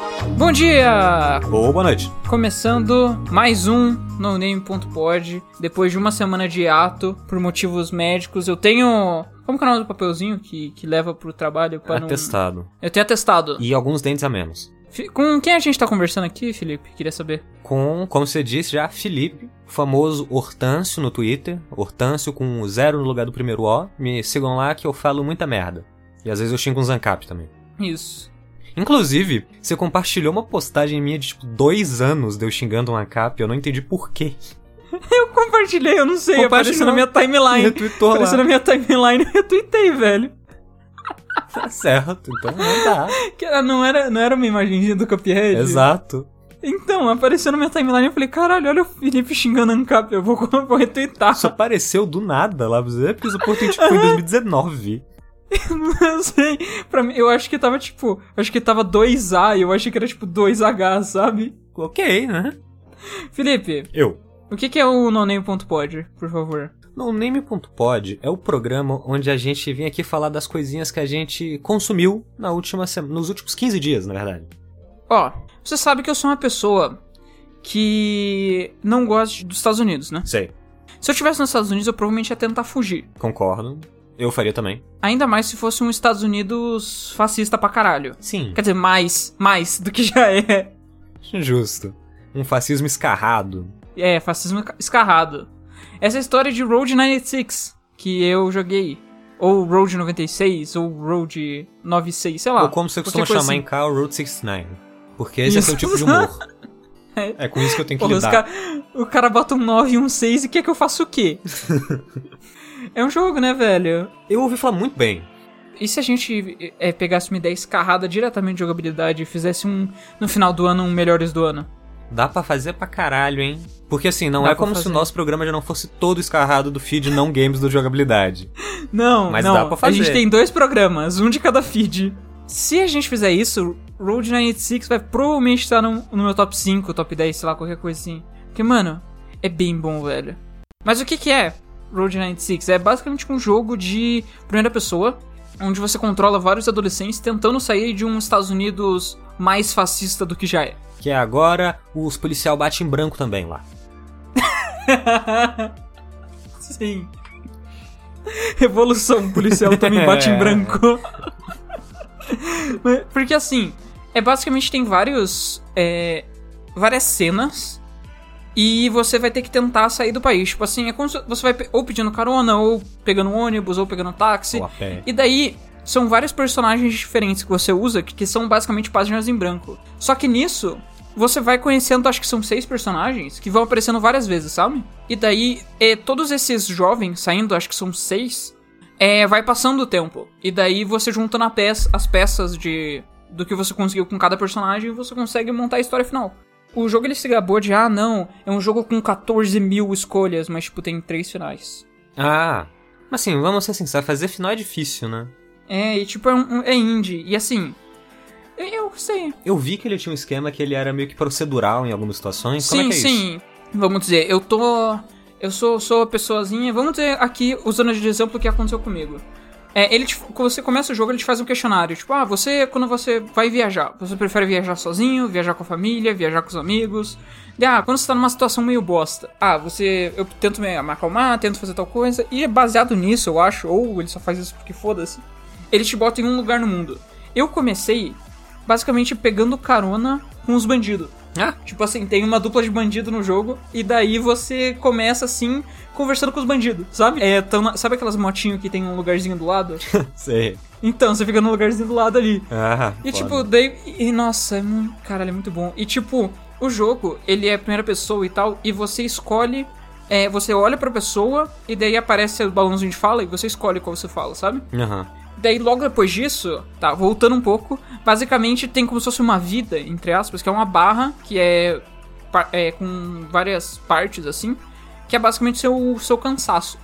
Bom dia! Ou boa noite. Começando mais um NoName.pod. Depois de uma semana de hiato, por motivos médicos, eu tenho... Como que é o nome do papelzinho que leva pro trabalho? Atestado. Não... Eu tenho atestado. E alguns dentes a menos. Com quem a gente tá conversando aqui, Felipe? Queria saber. Com, como você disse já, Felipe, o famoso Hortâncio no Twitter. Hortâncio com o 0 no lugar do primeiro O. Me sigam lá que eu falo muita merda. E às vezes eu xingo um Zancap também. Isso. Inclusive, você compartilhou uma postagem minha de 2 anos de eu xingando um Ancap, eu não entendi por quê. Eu compartilhei, eu não sei, apareceu na minha timeline. Retweetou lá. Apareceu na minha timeline, eu retuitei, velho. Tá certo, então não dá. Não era uma imagenzinha do Cuphead? Exato. Então, apareceu na minha timeline e eu falei, caralho, olha o Felipe xingando Ancap, eu vou retweetar. Isso apareceu do nada lá, porque isso foi em 2019. Não sei, pra mim, eu acho que tava tipo, acho que tava 2A e eu achei que era tipo 2H, sabe? Ok, né? Felipe, o que é o NoName.pod, por favor? NoName.pod é o programa onde a gente vem aqui falar das coisinhas que a gente consumiu nos últimos 15 dias, na verdade. Ó, você sabe que eu sou uma pessoa que não gosta dos Estados Unidos, né? Sei. Se eu estivesse nos Estados Unidos, eu provavelmente ia tentar fugir. Concordo. Eu faria também. Ainda mais se fosse um Estados Unidos fascista pra caralho. Sim. Quer dizer, mais do que já é. Justo. Um fascismo escarrado. É, fascismo escarrado. Essa história de Road 96, que eu joguei. Ou Road 96, ou Road 96, sei lá. Ou como você costuma chamar assim. Em cá, o Road 69. Porque esse é seu tipo de humor. É com isso que eu tenho que lidar. O cara bota um 9 e um 6 e quer que eu faça o quê? É um jogo, né, velho? Eu ouvi falar muito bem. E se a gente pegasse uma ideia escarrada diretamente de jogabilidade e fizesse no final do ano, um Melhores do Ano? Dá pra fazer pra caralho, hein? Porque assim, não é como se o nosso programa já não fosse todo escarrado do feed não games do jogabilidade. Não, mas dá pra fazer. A gente tem 2 programas, um de cada feed. Se a gente fizer isso, Road 96 vai provavelmente estar no meu top 5, top 10, sei lá, qualquer coisa assim. Porque, mano, é bem bom, velho. Mas o que é Road 96? É basicamente um jogo de primeira pessoa, onde você controla vários adolescentes tentando sair de um Estados Unidos mais fascista do que já é. Que é agora, os policial batem em branco também lá. Sim. Revolução policial também bate em branco. Porque assim, basicamente tem várias cenas e você vai ter que tentar sair do país. Tipo assim, é como se você vai ou pedindo carona, ou pegando ônibus, ou pegando táxi. Ou a pé. E daí são vários personagens diferentes que você usa, que são basicamente páginas em branco. Só que nisso, você vai conhecendo, acho que são 6 personagens, que vão aparecendo várias vezes, sabe? E daí, todos esses jovens saindo, acho que são 6, vai passando o tempo. E daí você juntando as peças do que você conseguiu com cada personagem, você consegue montar a história final. O jogo ele se gabou de, não, é um jogo com 14 mil escolhas, mas tipo, tem 3 finais. Ah, mas assim, vamos ser sinceros, fazer final é difícil, né? E tipo, é indie, e assim... Eu sei. Eu vi que ele tinha um esquema que ele era meio que procedural em algualgumas situações. Sim, como é que é sim. Isso? Vamos dizer, eu sou a pessoazinha... Vamos dizer aqui, usando de exemplo o que aconteceu comigo. Quando você começa o jogo, ele te faz um questionário. Tipo, quando você vai viajar, você prefere viajar sozinho, viajar com a família, viajar com os amigos? Quando você tá numa situação meio bosta. Eu tento me acalmar, tento fazer tal coisa. E baseado nisso, eu acho, ou ele só faz isso porque foda-se, ele te bota em um lugar no mundo. Eu comecei... basicamente pegando carona com os bandidos. Tipo assim, tem uma dupla de bandido no jogo, e daí você começa assim, conversando com os bandidos, sabe? Sabe aquelas motinhos que tem um lugarzinho do lado? Sei. Então, você fica no lugarzinho do lado ali. E foda. tipo, daí... nossa, caralho, é muito bom. E tipo, o jogo, ele é primeira pessoa e tal, e você escolhe... você olha pra pessoa, e daí aparece o balãozinho de fala, e você escolhe qual você fala, sabe? Daí, logo depois disso, voltando um pouco, basicamente tem como se fosse uma vida, entre aspas, que é uma barra, que é com várias partes, assim, que é basicamente o seu cansaço.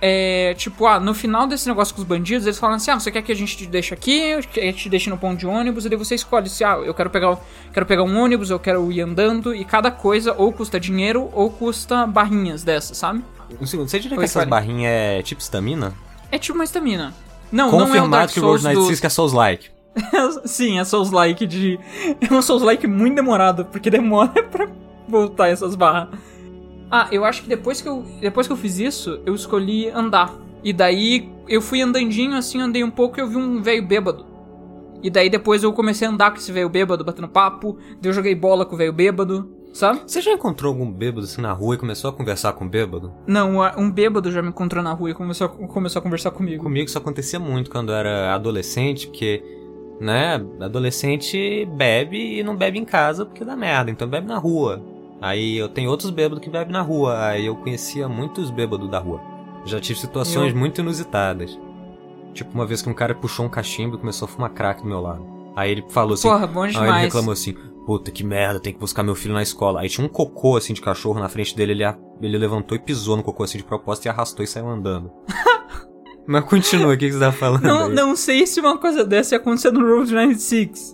No final desse negócio com os bandidos, eles falam assim, você quer que a gente te deixe aqui, que a gente te deixe no ponto de ônibus, e daí você escolhe se, eu quero pegar um ônibus, eu quero ir andando, e cada coisa ou custa dinheiro, ou custa barrinhas dessas, sabe? Um segundo, você diria que essas barrinhas é tipo estamina? É tipo uma estamina. Não, confirmado não é o Dark que o Road Souls 96 que é Souls-like. Sim, é Souls-like de... É um Souls-like muito demorado, porque demora pra voltar essas barras. Ah, eu acho que depois que eu fiz isso, eu escolhi andar. E daí, eu fui andandinho assim, andei um pouco e eu vi um velho bêbado. E daí depois eu comecei a andar com esse velho bêbado, batendo papo. Daí eu joguei bola com o velho bêbado, sabe? Você já encontrou algum bêbado assim na rua e começou a conversar com o bêbado? Não, um bêbado já me encontrou na rua e começou a conversar comigo. Comigo isso acontecia muito quando eu era adolescente, porque, né, adolescente bebe e não bebe em casa porque dá merda, então bebe na rua. Aí eu tenho outros bêbados que bebem na rua, aí eu conhecia muitos bêbados da rua. Já tive situações muito inusitadas. Tipo, uma vez que um cara puxou um cachimbo e começou a fumar crack do meu lado. Aí ele falou assim... Porra, bom demais. Aí ele reclamou assim... Puta, que merda, tem que buscar meu filho na escola. Aí tinha um cocô, assim, de cachorro na frente dele. Ele levantou e pisou no cocô, assim, de propósito e arrastou e saiu andando. Mas continua, o que você tá falando Não sei se uma coisa dessa ia acontecer no Road 96.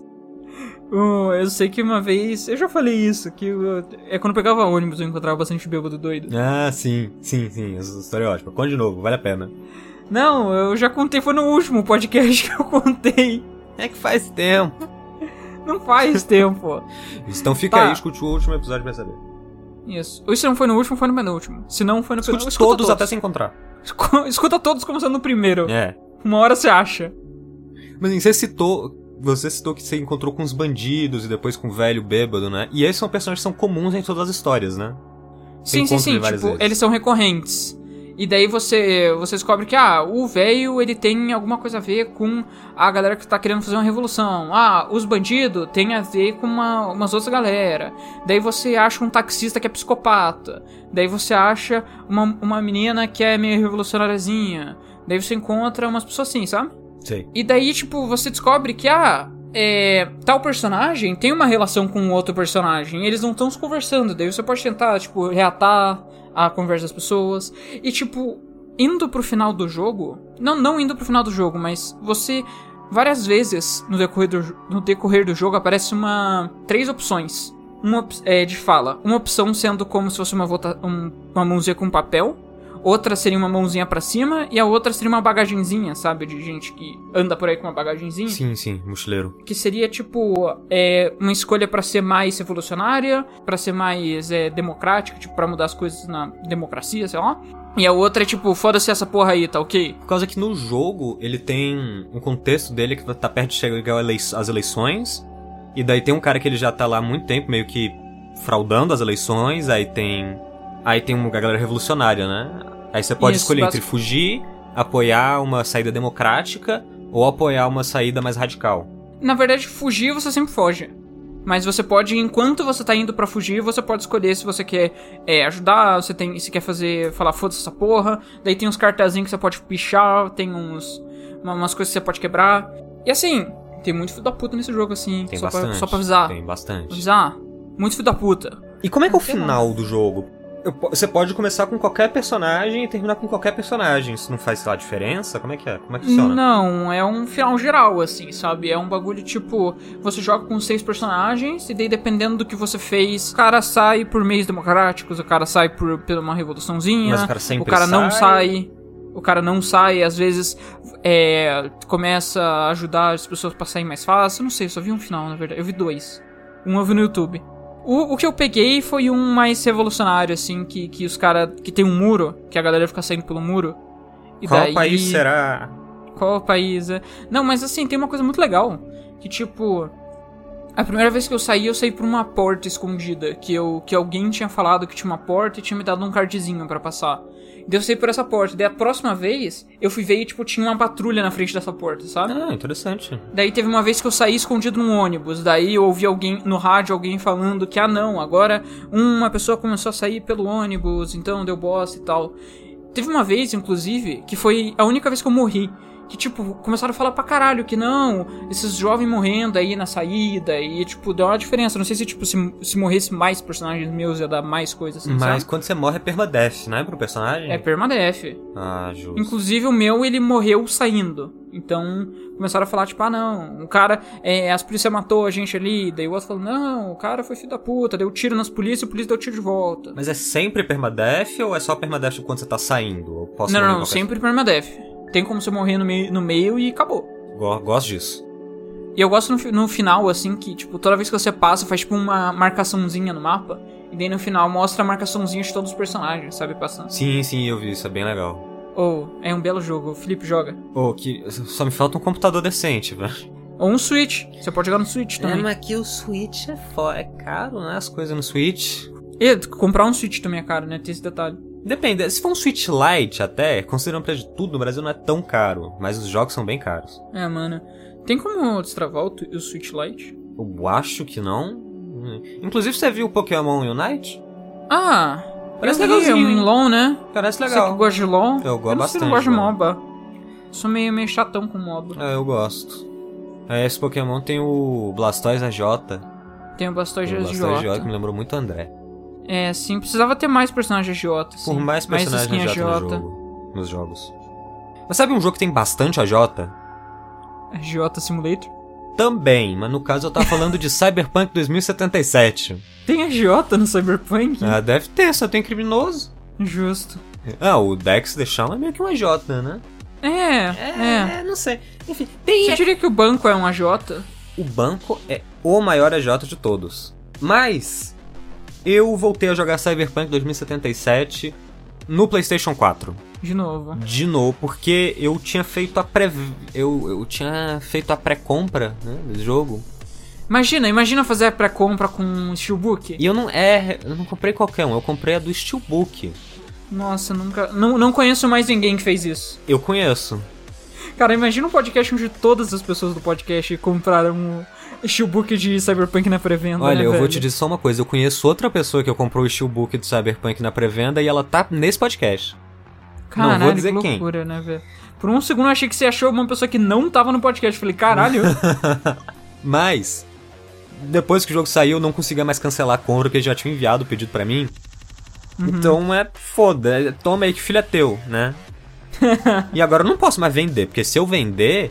Eu sei que uma vez... Eu já falei isso, que é quando eu pegava ônibus eu encontrava bastante bêbado doido. Ah, sim. Essa história é ótima. Conta de novo, vale a pena. Não, eu já contei, foi no último podcast que eu contei. É que faz tempo. Não faz tempo. Então fica aí, escute o último episódio pra saber. Isso. Ou se não foi no último, foi no penúltimo. Se não foi no penúltimo, escute todos até se encontrar. Escuta todos começando no primeiro. É. Uma hora você acha. Mas assim, você citou que você encontrou com os bandidos e depois com o velho bêbado, né? E esses são personagens que são comuns em todas as histórias, né? Sim. Tipo, eles são recorrentes. E daí você descobre que, o velho, ele tem alguma coisa a ver com a galera que tá querendo fazer uma revolução. Os bandidos tem a ver com umas outras galera. Daí você acha um taxista que é psicopata. Daí você acha uma menina que é meio revolucionáriazinha. Daí você encontra umas pessoas assim, sabe? Sei. E daí, tipo, você descobre que, tal personagem tem uma relação com outro personagem. Eles não estão se conversando. Daí você pode tentar, tipo, reatar a conversa das pessoas. E, tipo, indo pro final do jogo... Não indo pro final do jogo, mas você... Várias vezes no decorrer do jogo aparece 3 opções. De fala. Uma opção sendo como se fosse uma mãozinha com papel. Outra seria uma mãozinha pra cima. E a outra seria uma bagagenzinha, sabe? De gente que anda por aí com uma bagagenzinha. Sim, mochileiro. Que seria, tipo, uma escolha pra ser mais revolucionária, pra ser mais democrática, tipo, pra mudar as coisas na democracia, sei lá. E a outra é, tipo, foda-se essa porra aí, tá ok? Por causa que no jogo, ele tem um contexto dele que tá perto de chegar às eleições. E daí tem um cara que ele já tá lá há muito tempo, meio que fraudando as eleições. Aí tem uma galera revolucionária, né? Aí você pode escolher entre fugir, apoiar uma saída democrática ou apoiar uma saída mais radical. Na verdade, fugir você sempre foge. Mas você pode, enquanto você tá indo pra fugir, você pode escolher se você quer ajudar, se quer falar foda-se essa porra. Daí tem uns cartazinhos que você pode pichar, tem umas coisas que você pode quebrar. E assim, tem muito filho da puta nesse jogo, assim. Tem só bastante. pra avisar. Tem bastante. Avisar. Muito filho da puta. E como é que é o final do jogo? Você pode começar com qualquer personagem e terminar com qualquer personagem. Isso não faz, sei lá, diferença? Como é que é? Como é que funciona? Não, é um final geral, assim, sabe? É um bagulho tipo... Você joga com 6 personagens e daí, dependendo do que você fez, o cara sai por meios democráticos, o cara sai por uma revoluçãozinha. Mas o cara sempre não sai. O cara não sai, às vezes começa a ajudar as pessoas a passarem mais fácil. Eu não sei, eu só vi um final, na verdade. Eu vi 2. Um eu vi no YouTube. O que eu peguei foi um mais revolucionário, assim, que os caras... Que tem um muro, que a galera fica saindo pelo muro. E Qual daí... país será? Qual país é? Não, mas assim, tem uma coisa muito legal. Que tipo... A primeira vez que eu saí por uma porta escondida. Que alguém tinha falado que tinha uma porta e tinha me dado um cardzinho pra passar. Daí eu saí por essa porta. Daí a próxima vez, eu fui ver e, tipo, tinha uma patrulha na frente dessa porta, sabe? Ah, interessante. Daí teve uma vez que eu saí escondido num ônibus. Daí eu ouvi no rádio alguém falando que, não, agora uma pessoa começou a sair pelo ônibus, então deu bosta e tal. Teve uma vez, inclusive, que foi a única vez que eu morri. Que, tipo, começaram a falar pra caralho que não, esses jovens morrendo aí na saída. E, tipo, deu uma diferença. Não sei se, tipo, se morresse mais personagens meus ia dar mais coisas assim, mas sabe? quando você morre é permadeath, não é pro personagem? É permadeath. Ah, justo. Inclusive o meu, ele morreu saindo. Então, começaram a falar, tipo, não, o cara, as polícias matou a gente ali. Daí o outro falou, não, o cara foi filho da puta, deu tiro nas polícias e a polícia deu tiro de volta. Mas é sempre permadeath ou é só permadeath quando você tá saindo? Ou posso não, sempre permadeath. Tem como você morrer no meio e acabou. Gosto disso. E eu gosto no final, assim, que, tipo, toda vez que você passa, faz, tipo, uma marcaçãozinha no mapa. E daí no final mostra a marcaçãozinha de todos os personagens, sabe, passando. Sim, eu vi, isso é bem legal. É um belo jogo, o Felipe joga. Que só me falta um computador decente, velho. Ou um Switch, você pode jogar no Switch também. Mas aqui o Switch é caro, né, as coisas no Switch. E comprar um Switch também é caro, né, tem esse detalhe. Depende, se for um Switch Lite até, considerando o preço de tudo, no Brasil não é tão caro, mas os jogos são bem caros. Mano, tem como destravar o Switch Lite? Eu acho que não. Inclusive, você viu o Pokémon Unite? Parece legalzinho, um LoL, né? Parece legal. Você que gosta de LoL? Eu gosto bastante. Eu gosto de MOBA. Sou meio chatão com MOBA. Eu gosto. Esse Pokémon tem o Blastoise AJ. Tem o Blastoise AJ. Que me lembrou muito André. Sim, precisava ter mais personagens AJ. Sim. Por mais personagens AJ nos jogos. Mas sabe um jogo que tem bastante AJ? AJ Simulator? Também, mas no caso eu tava falando de Cyberpunk 2077. Tem AJ no Cyberpunk? Deve ter, só tem criminoso. Justo. O Dex The Shaman é meio que um AJ, né? Não sei. Enfim, Você diria que o banco é um AJ? O banco é o maior AJ de todos. Mas eu voltei a jogar Cyberpunk 2077 no PlayStation 4. De novo, porque eu tinha feito a eu tinha feito a pré-compra, né, do jogo. Imagina fazer a pré-compra com um Steelbook. E eu não comprei qualquer um, eu comprei a do Steelbook. Nossa, não conheço mais ninguém que fez isso. Eu conheço. Cara, imagina um podcast onde todas as pessoas do podcast compraram um Steelbook de Cyberpunk na pré-venda. Olha, né, eu velho? vou te dizer só uma coisa, eu conheço outra pessoa que comprou o Steelbook do Cyberpunk na pré-venda e ela tá nesse podcast. Caralho, não vou dizer que loucura, né, velho? Por um segundo eu achei que você achou uma pessoa que não tava no podcast. Falei, caralho. Mas, depois que o jogo saiu, eu não conseguia mais cancelar a compra, porque já tinha enviado o pedido pra mim. Então foda, toma aí que filho é teu, né? E agora eu não posso mais vender, porque se eu vender,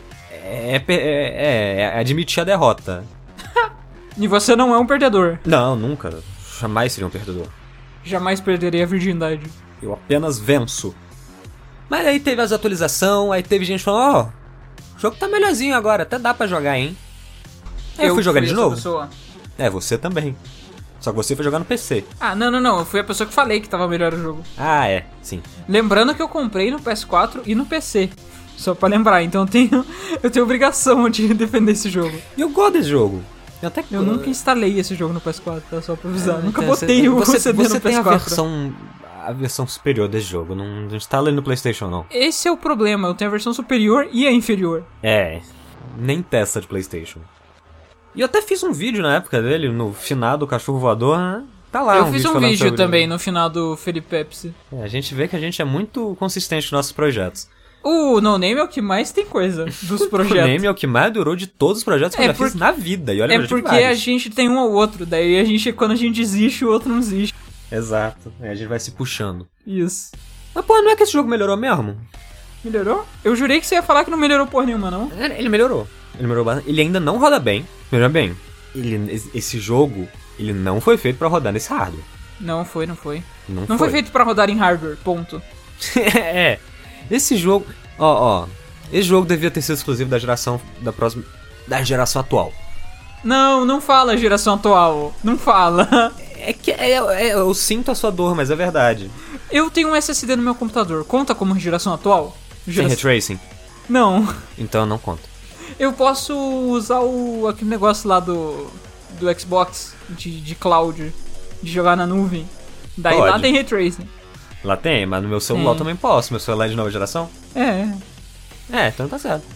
é admitir a derrota. E você não é um perdedor. Não, nunca. Jamais seria um perdedor. Jamais perderei a virgindade. Eu apenas venço. Mas aí teve as atualizações, aí teve gente falando, o jogo tá melhorzinho agora, até dá pra jogar, hein? Aí eu fui jogar de novo. Pessoa. Você também. Só que você foi jogar no PC. Não. Eu fui a pessoa que falei que tava melhor o jogo. Sim. Lembrando que eu comprei no PS4 e no PC. Só pra lembrar, então eu tenho obrigação de defender esse jogo. E eu gosto desse jogo. Eu nunca instalei esse jogo no PS4, tá? Só pra avisar. Nunca botei o CD no PS4. Você tem a versão superior desse jogo. Não instala ele no PlayStation, não. Esse é o problema. Eu tenho a versão superior e a inferior. Nem testa de PlayStation. E eu até fiz um vídeo na época dele, no finado Cachorro Voador, né? Tá lá. Eu fiz um vídeo também no final do Felipe Pepsi. A gente vê que a gente é muito consistente nos nossos projetos. O No Name é o que mais tem coisa dos projetos. O No Name é o que mais durou de todos os projetos que eu já fiz na vida. E olha, porque a gente tem um ao outro. Daí quando a gente desiste, o outro não desiste. Exato. Aí a gente vai se puxando. Isso. Mas, pô, não é que esse jogo melhorou mesmo? Melhorou? Eu jurei que você ia falar que não melhorou porra nenhuma, não. Ele melhorou. Ele melhorou bastante. Ele ainda não roda bem. Melhor bem. Esse jogo, ele não foi feito pra rodar nesse hardware. Não foi. Não foi foi feito pra rodar em hardware, ponto. Esse jogo... Esse jogo devia ter sido exclusivo da geração geração atual. Não fala geração atual. Não fala. Eu sinto a sua dor, mas é verdade. Eu tenho um SSD no meu computador. Conta como geração atual? Sem Ray Tracing? Não. Então não conta. Eu posso usar aquele negócio lá do Xbox de cloud, de jogar na nuvem. Daí Pode. Lá tem Ray Tracing. Lá tem, mas no meu celular eu também posso. Meu celular é de nova geração? Então tá certo.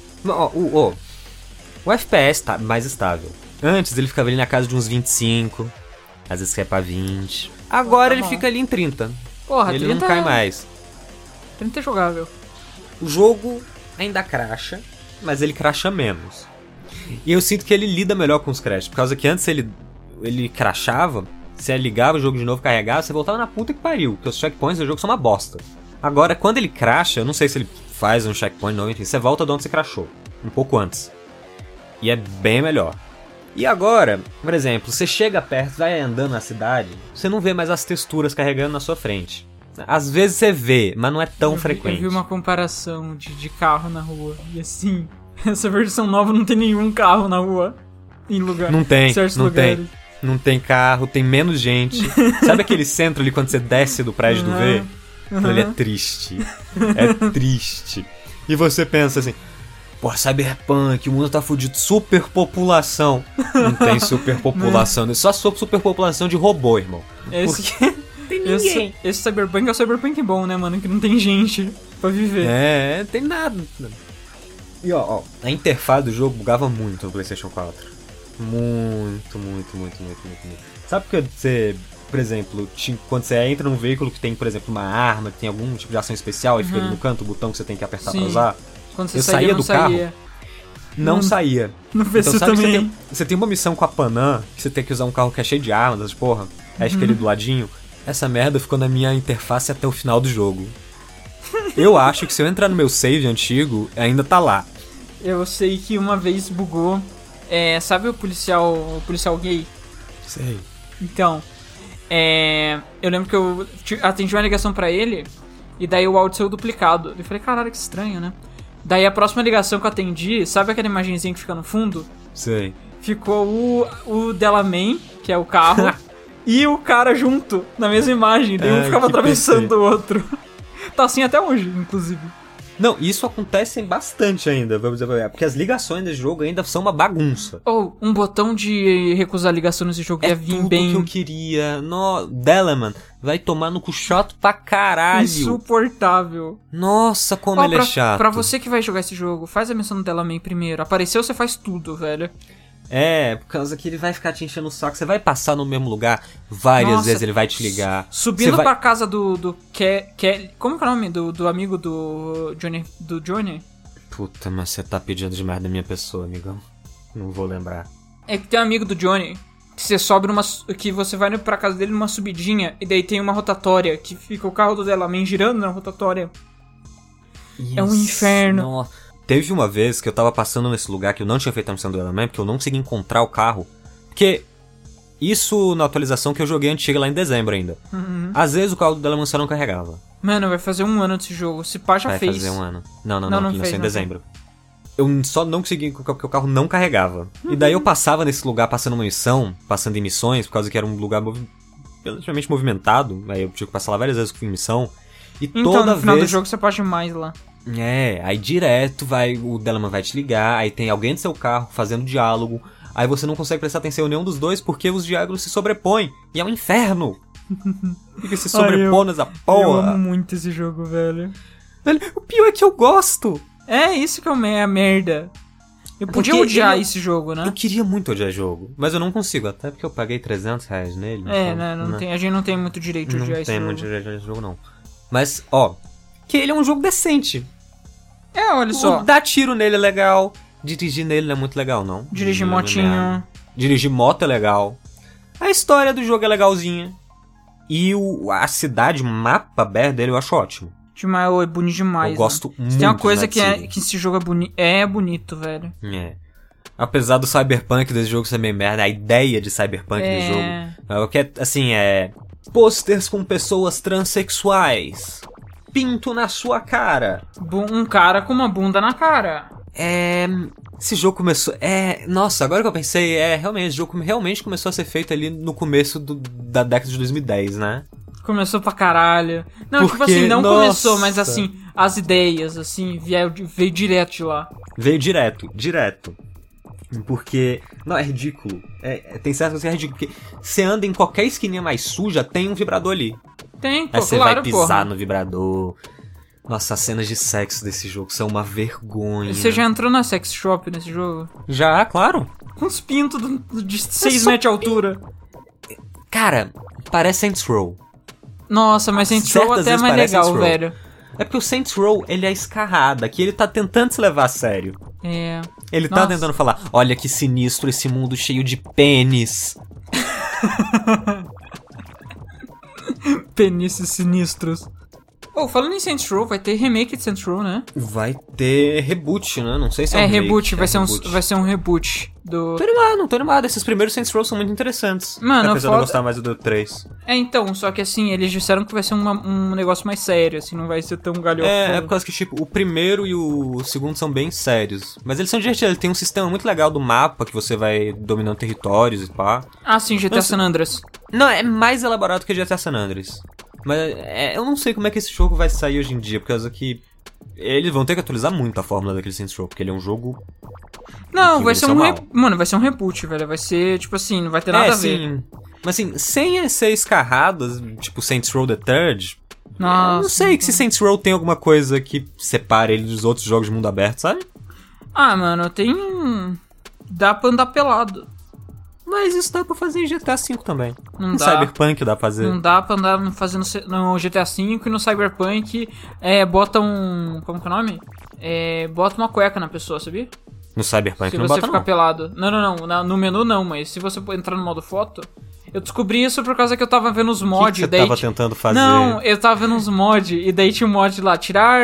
O FPS tá mais estável. Antes ele ficava ali na casa de uns 25, às vezes cai pra 20. Agora ele fica ali em 30. Porra, ele 30 não cai mais. 30 é jogável. O jogo ainda crasha, mas ele crasha menos. E eu sinto que ele lida melhor com os crashes, por causa que antes ele crashava, você ligava o jogo de novo, carregava, você voltava na puta que pariu, porque os checkpoints do jogo são uma bosta. Agora, quando ele crasha, eu não sei se ele faz um checkpoint ou enfim, você volta de onde você crashou, um pouco antes. E é bem melhor. E agora, por exemplo, você chega perto, vai andando na cidade, você não vê mais as texturas carregando na sua frente. Às vezes você vê, mas não é tão frequente. Eu vi uma comparação de carro na rua, e assim... Essa versão nova não tem nenhum carro na rua. Em lugar. Não tem, certos não lugares. tem. Não tem carro, tem menos gente. Sabe aquele centro ali quando você desce do prédio do V? Ele é triste. É triste. E você pensa assim, pô, Cyberpunk, o mundo tá fudido. Superpopulação. Não tem superpopulação. É só superpopulação de robô, irmão. Porque tem ninguém. Esse Cyberpunk é o Cyberpunk bom, né, mano? Que não tem gente pra viver. Não tem nada. E ó, a interface do jogo bugava muito no PlayStation 4. Muito. Sabe porque você, por exemplo, quando você entra num veículo que tem, por exemplo, uma arma, que tem algum tipo de ação especial e fica ali no canto o botão que você tem que apertar pra usar? Quando você eu saía do carro, não saía. No PC então, sabe também. Que você tem uma missão com a Panam, que você tem que usar um carro que é cheio de armas, porra, aí fica ali do ladinho. Essa merda ficou na minha interface até o final do jogo. Eu acho que se eu entrar no meu save antigo, ainda tá lá. Eu sei que uma vez bugou. Sabe o policial gay? Sei. Então, eu lembro que eu atendi uma ligação pra ele e daí o áudio saiu duplicado. Eu falei, caralho, que estranho, né? Daí a próxima ligação que eu atendi, sabe aquela imagenzinha que fica no fundo? Sei. Ficou o Delamain, que é o carro, e o cara junto, na mesma imagem. Daí um ficava atravessando o outro. Tá assim até hoje, inclusive. Não, isso acontece bastante ainda, vamos dizer, porque as ligações desse jogo ainda são uma bagunça. Um botão de recusar ligação nesse jogo ia vir bem... tudo que eu queria. Delamain, vai tomar no cu chato pra caralho. Insuportável. Nossa, como ele é chato. Pra você que vai jogar esse jogo, faz a missão do Delamain primeiro. Apareceu, você faz tudo, velho. Por causa que ele vai ficar te enchendo o saco. Você vai passar no mesmo lugar várias vezes, ele vai te ligar. Subindo pra casa do como que é o nome? Do amigo do Johnny? Puta, mas você tá pedindo demais da minha pessoa, amigão. Não vou lembrar. É que tem um amigo do Johnny que você sobe que você vai pra casa dele numa subidinha e daí tem uma rotatória que fica o carro do Delamain girando na rotatória. Isso, é um inferno. Nossa. Teve uma vez que eu tava passando nesse lugar que eu não tinha feito a missão do Delamain, porque eu não consegui encontrar o carro. Porque isso na atualização que eu joguei antiga lá em dezembro ainda. Às vezes o carro do Delamain só não carregava. Mano, vai fazer 1 ano desse jogo. Se pá, já fez. Vai fazer 1 ano. Não, ele nasceu em dezembro. Eu só não consegui porque o carro não carregava. E daí eu passava nesse lugar passando uma missão, passando em missões, por causa que era um lugar relativamente movimentado. Aí eu tive que passar lá várias vezes com missão. E então, toda no final vez... do jogo você pode ir mais lá. Aí direto o Delamain vai te ligar, aí tem alguém do seu carro fazendo diálogo, aí você não consegue prestar atenção em nenhum dos dois porque os diálogos se sobrepõem, e é um inferno. Fica se sobrepondo essa porra. Eu amo muito esse jogo, velho. O pior é que eu gosto. É isso que é a merda. Eu podia odiar esse jogo, né? Eu queria muito odiar esse jogo, mas eu não consigo, até porque eu paguei R$300 nele. A gente não tem muito direito de odiar esse jogo. Não tem muito direito de odiar esse jogo, não. Mas, que ele é um jogo decente. Olha só. Dar tiro nele é legal. Dirigir nele não é muito legal, não. Dirigir motinho. Dirigir moto é legal. A história do jogo é legalzinha. E a cidade, o mapa aberto dele eu acho ótimo. É bonito demais. Eu gosto muito. Tem uma coisa que esse jogo é bonito, velho. Apesar do Cyberpunk desse jogo ser meio merda, a ideia de Cyberpunk desse jogo. Assim, posters com pessoas transexuais. Pinto na sua cara. Um cara com uma bunda na cara. Esse jogo começou... Nossa, agora que eu pensei, realmente, esse jogo realmente começou a ser feito ali no começo da década de 2010, né? Começou pra caralho. Não, porque, tipo assim, não começou, mas assim, as ideias, assim, veio direto de lá. Veio direto. Porque... Não, é ridículo. Tem certas coisas que é ridículo. Porque você anda em qualquer esquininha mais suja, tem um vibrador ali. Tem, pô, aí você claro, vai pisar porra. no vibrador. Nossa, as cenas de sexo desse jogo são uma vergonha. Você já entrou na sex shop nesse jogo? Já, claro. Com uns pintos de 6 metros de altura. Cara, parece Saints Row. Nossa, mas Saints Row até é mais legal, velho. É porque o Saints Row, ele é escarrado. Aqui ele tá tentando se levar a sério. Ele tá tentando falar, olha que sinistro esse mundo cheio de pênis. Penices sinistros. Falando em Saints Row, vai ter remake de Saints Row, né? Vai ter reboot, né? Não sei se é um reboot, remake, vai ser um reboot do... Tô animado. Esses primeiros Saints Row são muito interessantes. Mano, apesar de eu gostar mais do 3. Então, só que assim, eles disseram que vai ser um negócio mais sério, assim, não vai ser tão galhofa. É por causa que, tipo, o primeiro e o segundo são bem sérios. Mas eles são divertidos, ele tem um sistema muito legal do mapa, que você vai dominando territórios e pá. Ah, sim, GTA San Andreas. Não, é mais elaborado que GTA San Andreas. Mas eu não sei como é que esse jogo vai sair hoje em dia, por causa que eles vão ter que atualizar muito a fórmula daquele Saints Row, porque ele é um jogo... Não, vai ser Mano, vai ser um reboot, velho. Vai ser, tipo assim, não vai ter nada a ver. Sim. Mas assim, sem ser escarrado, tipo Saints Row The Third... Nossa, eu não sei que se Saints Row tem alguma coisa que separe ele dos outros jogos de mundo aberto, sabe? Ah, mano, tem... Dá pra andar pelado. Mas isso dá pra fazer em GTA V também. Não no dá. Cyberpunk dá pra fazer. Não dá pra andar fazendo no GTA V e no Cyberpunk bota um... Como que é o nome? Bota uma cueca na pessoa, sabia? No Cyberpunk se não você bota ficar não. pelado. Não, no menu não, mas se você entrar no modo foto... Eu descobri isso por causa que eu tava vendo os mods. O que você tava tentando fazer? Não, eu tava vendo os mods e daí tinha um mod lá, tirar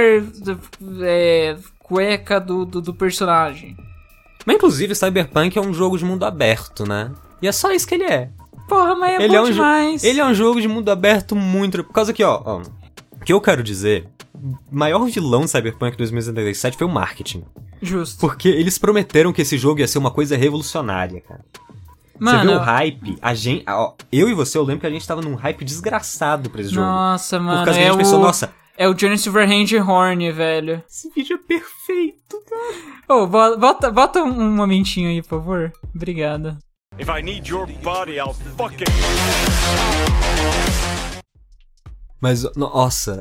cueca do personagem. Mas inclusive Cyberpunk é um jogo de mundo aberto, né? E é só isso que ele é. Porra, mas é bom demais. Ele é um jogo de mundo aberto muito... Por causa que, ó, o que eu quero dizer... O maior vilão de Cyberpunk 2077 foi o marketing. Justo. Porque eles prometeram que esse jogo ia ser uma coisa revolucionária, cara. Mano, você vê o hype, eu e você, eu lembro que a gente tava num hype desgraçado pra esse jogo. Nossa, mano, por causa que a gente pensou, nossa... É o Johnny Silverhand Horn, velho. Esse vídeo é perfeito, cara. Bota um momentinho aí, por favor. Obrigado. If I need your body, I'll fuck it. Mas, nossa,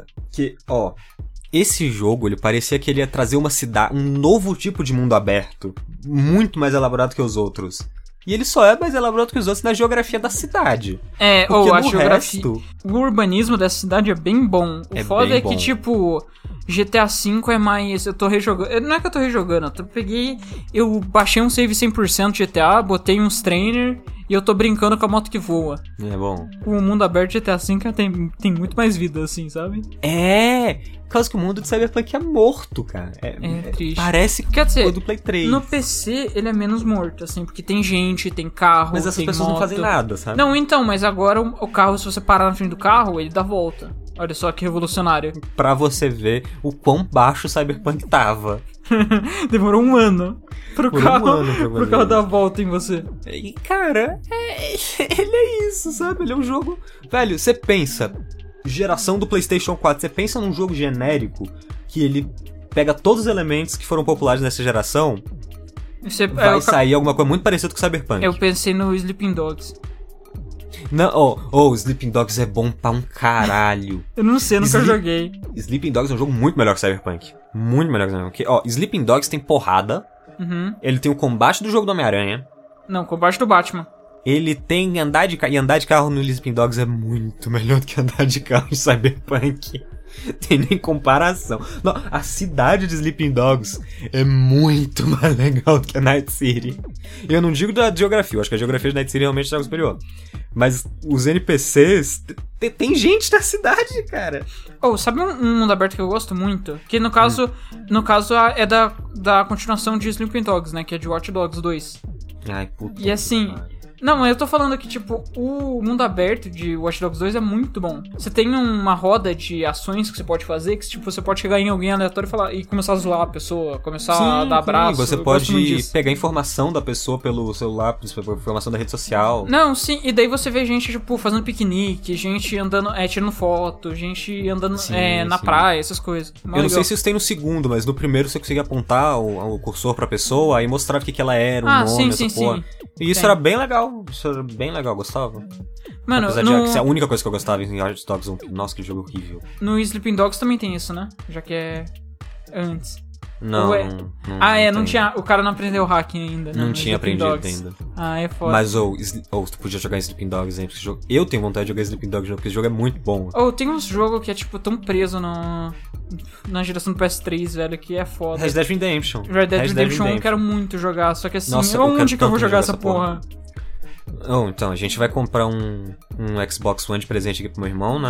esse jogo, ele parecia que ele ia trazer um novo tipo de mundo aberto, muito mais elaborado que os outros. E ele só é mais elaborado que os outros na geografia da cidade. A geografia... O urbanismo dessa cidade é bem bom. O foda é que, tipo, GTA V é mais... Eu tô rejogando... Não é que eu tô rejogando, eu baixei um save 100% GTA, botei uns trainer e eu tô brincando com a moto que voa. É bom. O mundo aberto de GTA V tem muito mais vida, assim, sabe? Por causa que o mundo de Cyberpunk é morto, cara. É triste. Parece Quer dizer, o do Play 3. No PC ele é menos morto, assim, porque tem gente, tem carro, mas essas pessoas moto. não fazem nada, sabe? Não, então, mas agora o carro, se você parar na frente do carro, ele dá volta. Olha só que revolucionário. Pra você ver o quão baixo o Cyberpunk tava. Demorou um ano pro carro dar volta em você. E, cara, ele é isso, sabe? Ele é um jogo... Velho, você pensa... Geração do PlayStation 4, você pensa num jogo genérico que ele pega todos os elementos que foram populares nessa geração, vai sair alguma coisa muito parecida com o Cyberpunk. Eu pensei no Sleeping Dogs. Não, Sleeping Dogs é bom pra um caralho. Eu não sei, nunca joguei. Sleeping Dogs é um jogo muito melhor que Cyberpunk. Muito melhor que Cyberpunk. Sleeping Dogs tem porrada. Uhum. Ele tem o combate do jogo do Homem-Aranha. Não, combate do Batman. Ele tem andar de carro no Sleeping Dogs é muito melhor do que andar de carro em Cyberpunk. Tem nem comparação. Não, a cidade de Sleeping Dogs é muito mais legal do que a Night City. E eu não digo da geografia, eu acho que a geografia de Night City realmente é algo superior. Mas os NPCs... Tem gente na cidade, cara. Sabe um mundo aberto que eu gosto muito? Que no caso é da continuação de Sleeping Dogs, né? Que é de Watch Dogs 2. Ai, puta. E assim... Não, mas eu tô falando que, tipo, o mundo aberto de Watch Dogs 2 é muito bom. Você tem uma roda de ações que você pode fazer, que, tipo, você pode chegar em alguém aleatório e começar a zoar a pessoa, começar a dar abraço. Você pode pegar informação da pessoa pelo celular, informação da rede social. Não, sim, e daí você vê gente, tipo, fazendo piquenique, gente andando, tirando foto, gente andando na praia, essas coisas. Eu não sei se isso tem no segundo, mas no primeiro você conseguia apontar o cursor pra pessoa e mostrar o que ela era, o nome, essa porra. E isso era bem legal. Isso era bem legal, gostava. Mano, apesar de ser a única coisa que eu gostava em Watch Dogs 1. Nossa, que jogo horrível. No Sleeping Dogs também tem isso, né? Já que é antes. Não, não tinha. O cara não aprendeu o hacking ainda, né? Não tinha aprendido ainda. É foda. Mas, tu podia jogar em Sleeping Dogs, hein? Porque eu tenho vontade de jogar Sleeping Dogs, porque esse jogo é muito bom. Tem uns jogos que é, tipo, tão preso na geração do PS3, velho, que é foda. Red Dead Redemption. Red Dead Redemption 1 eu quero muito jogar, só que assim, nossa, onde que eu vou jogar essa porra? Então, a gente vai comprar um Xbox One de presente aqui pro meu irmão, né?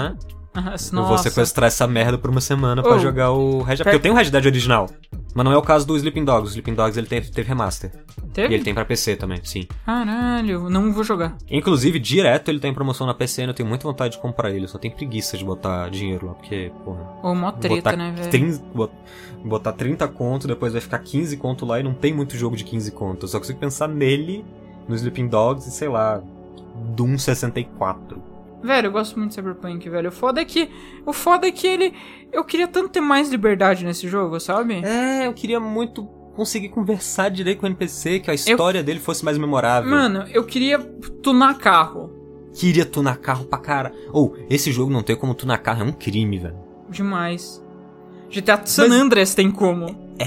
Nossa. Eu vou sequestrar essa merda por uma semana pra jogar o Red Dead. Porque eu tenho o Red Dead original. Mas não é o caso do Sleeping Dogs. O Sleeping Dogs ele teve remaster. Teve? E ele tem pra PC também, sim. Caralho, não vou jogar. Inclusive, direto ele tá em promoção na PC e eu tenho muita vontade de comprar ele. Eu só tenho preguiça de botar dinheiro lá, porque, porra... Ô, mó treta, né, velho? Botar 30 conto, depois vai ficar 15 conto lá e não tem muito jogo de 15 conto. Eu só consigo pensar nele, no Sleeping Dogs e, sei lá, Doom 64. Velho, eu gosto muito de Cyberpunk, velho. O foda é que ele... Eu queria tanto ter mais liberdade nesse jogo, sabe? Eu queria muito conseguir conversar direito com o NPC, que a história dele fosse mais memorável. Mano, eu queria tunar carro. Queria tunar carro pra cara. Esse jogo não tem como tunar carro, é um crime, velho. Demais. GTA San Andreas tem como.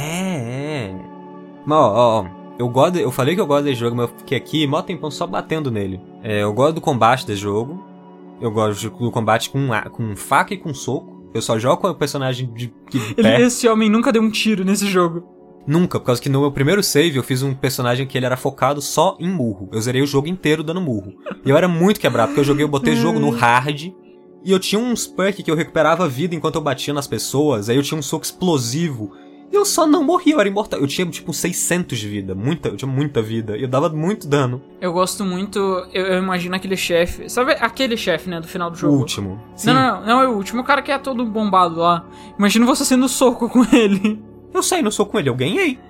Mas, eu falei que eu gosto desse jogo, mas eu fiquei aqui mó tempão só batendo nele. Eu gosto do combate desse jogo. Eu gosto do combate com faca e com soco. Eu só jogo com o personagem de pé. Esse homem nunca deu um tiro nesse jogo. Nunca, por causa que no meu primeiro save eu fiz um personagem que ele era focado só em murro. Eu zerei o jogo inteiro dando murro. E eu era muito quebrado, porque eu botei o jogo no hard. E eu tinha uns perks que eu recuperava vida enquanto eu batia nas pessoas. Aí eu tinha um soco explosivo. E eu só não morria, eu era imortal. Eu tinha, tipo, 600 de vida. Eu tinha muita vida. E eu dava muito dano. Eu gosto muito... Eu imagino aquele chefe... Sabe aquele chefe, né? Do final do jogo? O último. Sim. Não é o último. O cara que é todo bombado lá. Imagina você sendo soco com ele. Eu saí no soco com ele. Eu ganhei.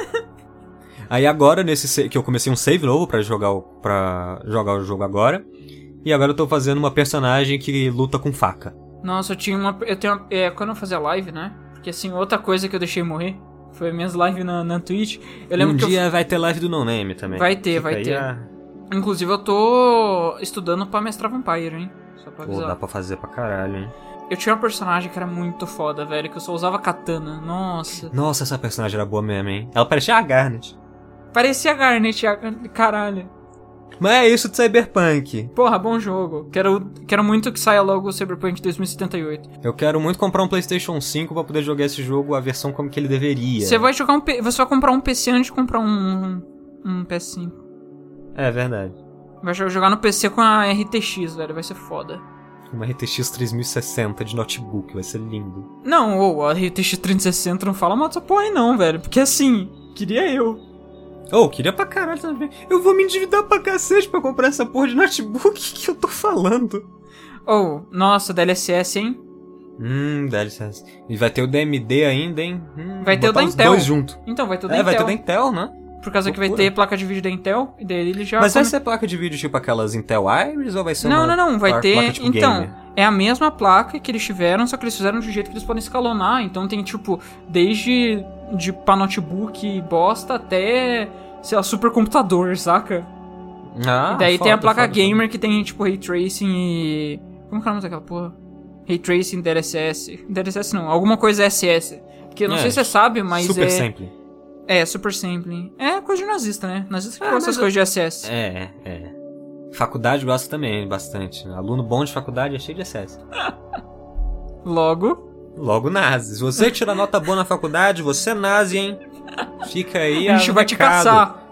Aí agora, que eu comecei um save novo pra jogar o jogo agora. E agora eu tô fazendo uma personagem que luta com faca. Nossa, quando eu fazia live, né? Porque assim, outra coisa que eu deixei morrer foi minhas lives na Twitch. Eu lembro vai ter live do No Name também. Vai ter. Inclusive eu tô estudando pra mestrar Vampire, hein? Só pra avisar. Dá pra fazer pra caralho, hein? Eu tinha uma personagem que era muito foda, velho, que eu só usava katana. Nossa. Nossa, essa personagem era boa mesmo, hein? Ela parecia a Garnet. Parecia a Garnet, caralho. Mas é isso de Cyberpunk. Porra, bom jogo. Quero muito que saia logo o Cyberpunk 2078. Eu quero muito comprar um PlayStation 5 pra poder jogar esse jogo, a versão como que ele deveria. Você vai comprar um PC antes de comprar um PS5. É verdade. Vai jogar no PC com a RTX, velho. Vai ser foda. Uma RTX 3060 de notebook, vai ser lindo. Não, a RTX 3060 não fala mal dessa porra aí não, velho. Porque assim, queria eu. Queria pra caralho também. Eu vou me endividar pra cacete pra comprar essa porra de notebook que eu tô falando. Nossa, DLSS, hein? DLSS. E vai ter o DMD ainda, hein? Vai ter o da Intel. Dois junto. Então, vai ter o da Intel. Vai ter o da Intel, né? Por causa que vai ter placa de vídeo da Intel, e daí ele já... Mas vai ser placa de vídeo tipo aquelas Intel Iris ou vai ser Não, vai ter... placa tipo então, gamer? É a mesma placa que eles tiveram, só que eles fizeram de um jeito que eles podem escalonar. Então tem tipo, desde pra notebook bosta até, sei lá, supercomputador, saca? E daí tem a placa gamer que tem tipo Ray Tracing e... Como que é o nome daquela porra? Ray Tracing, DLSS... DLSS não, alguma coisa SS. Porque eu não sei se você sabe, mas Super Sampling. Super Sampling. É coisa de nazista, né? Nazista que gosta dessas coisas de SS. Faculdade gosta também bastante. Aluno bom de faculdade é cheio de SS. Logo nazi. Se você tirar nota boa na faculdade, você é nazi, hein? Fica aí a gente vai te caçar.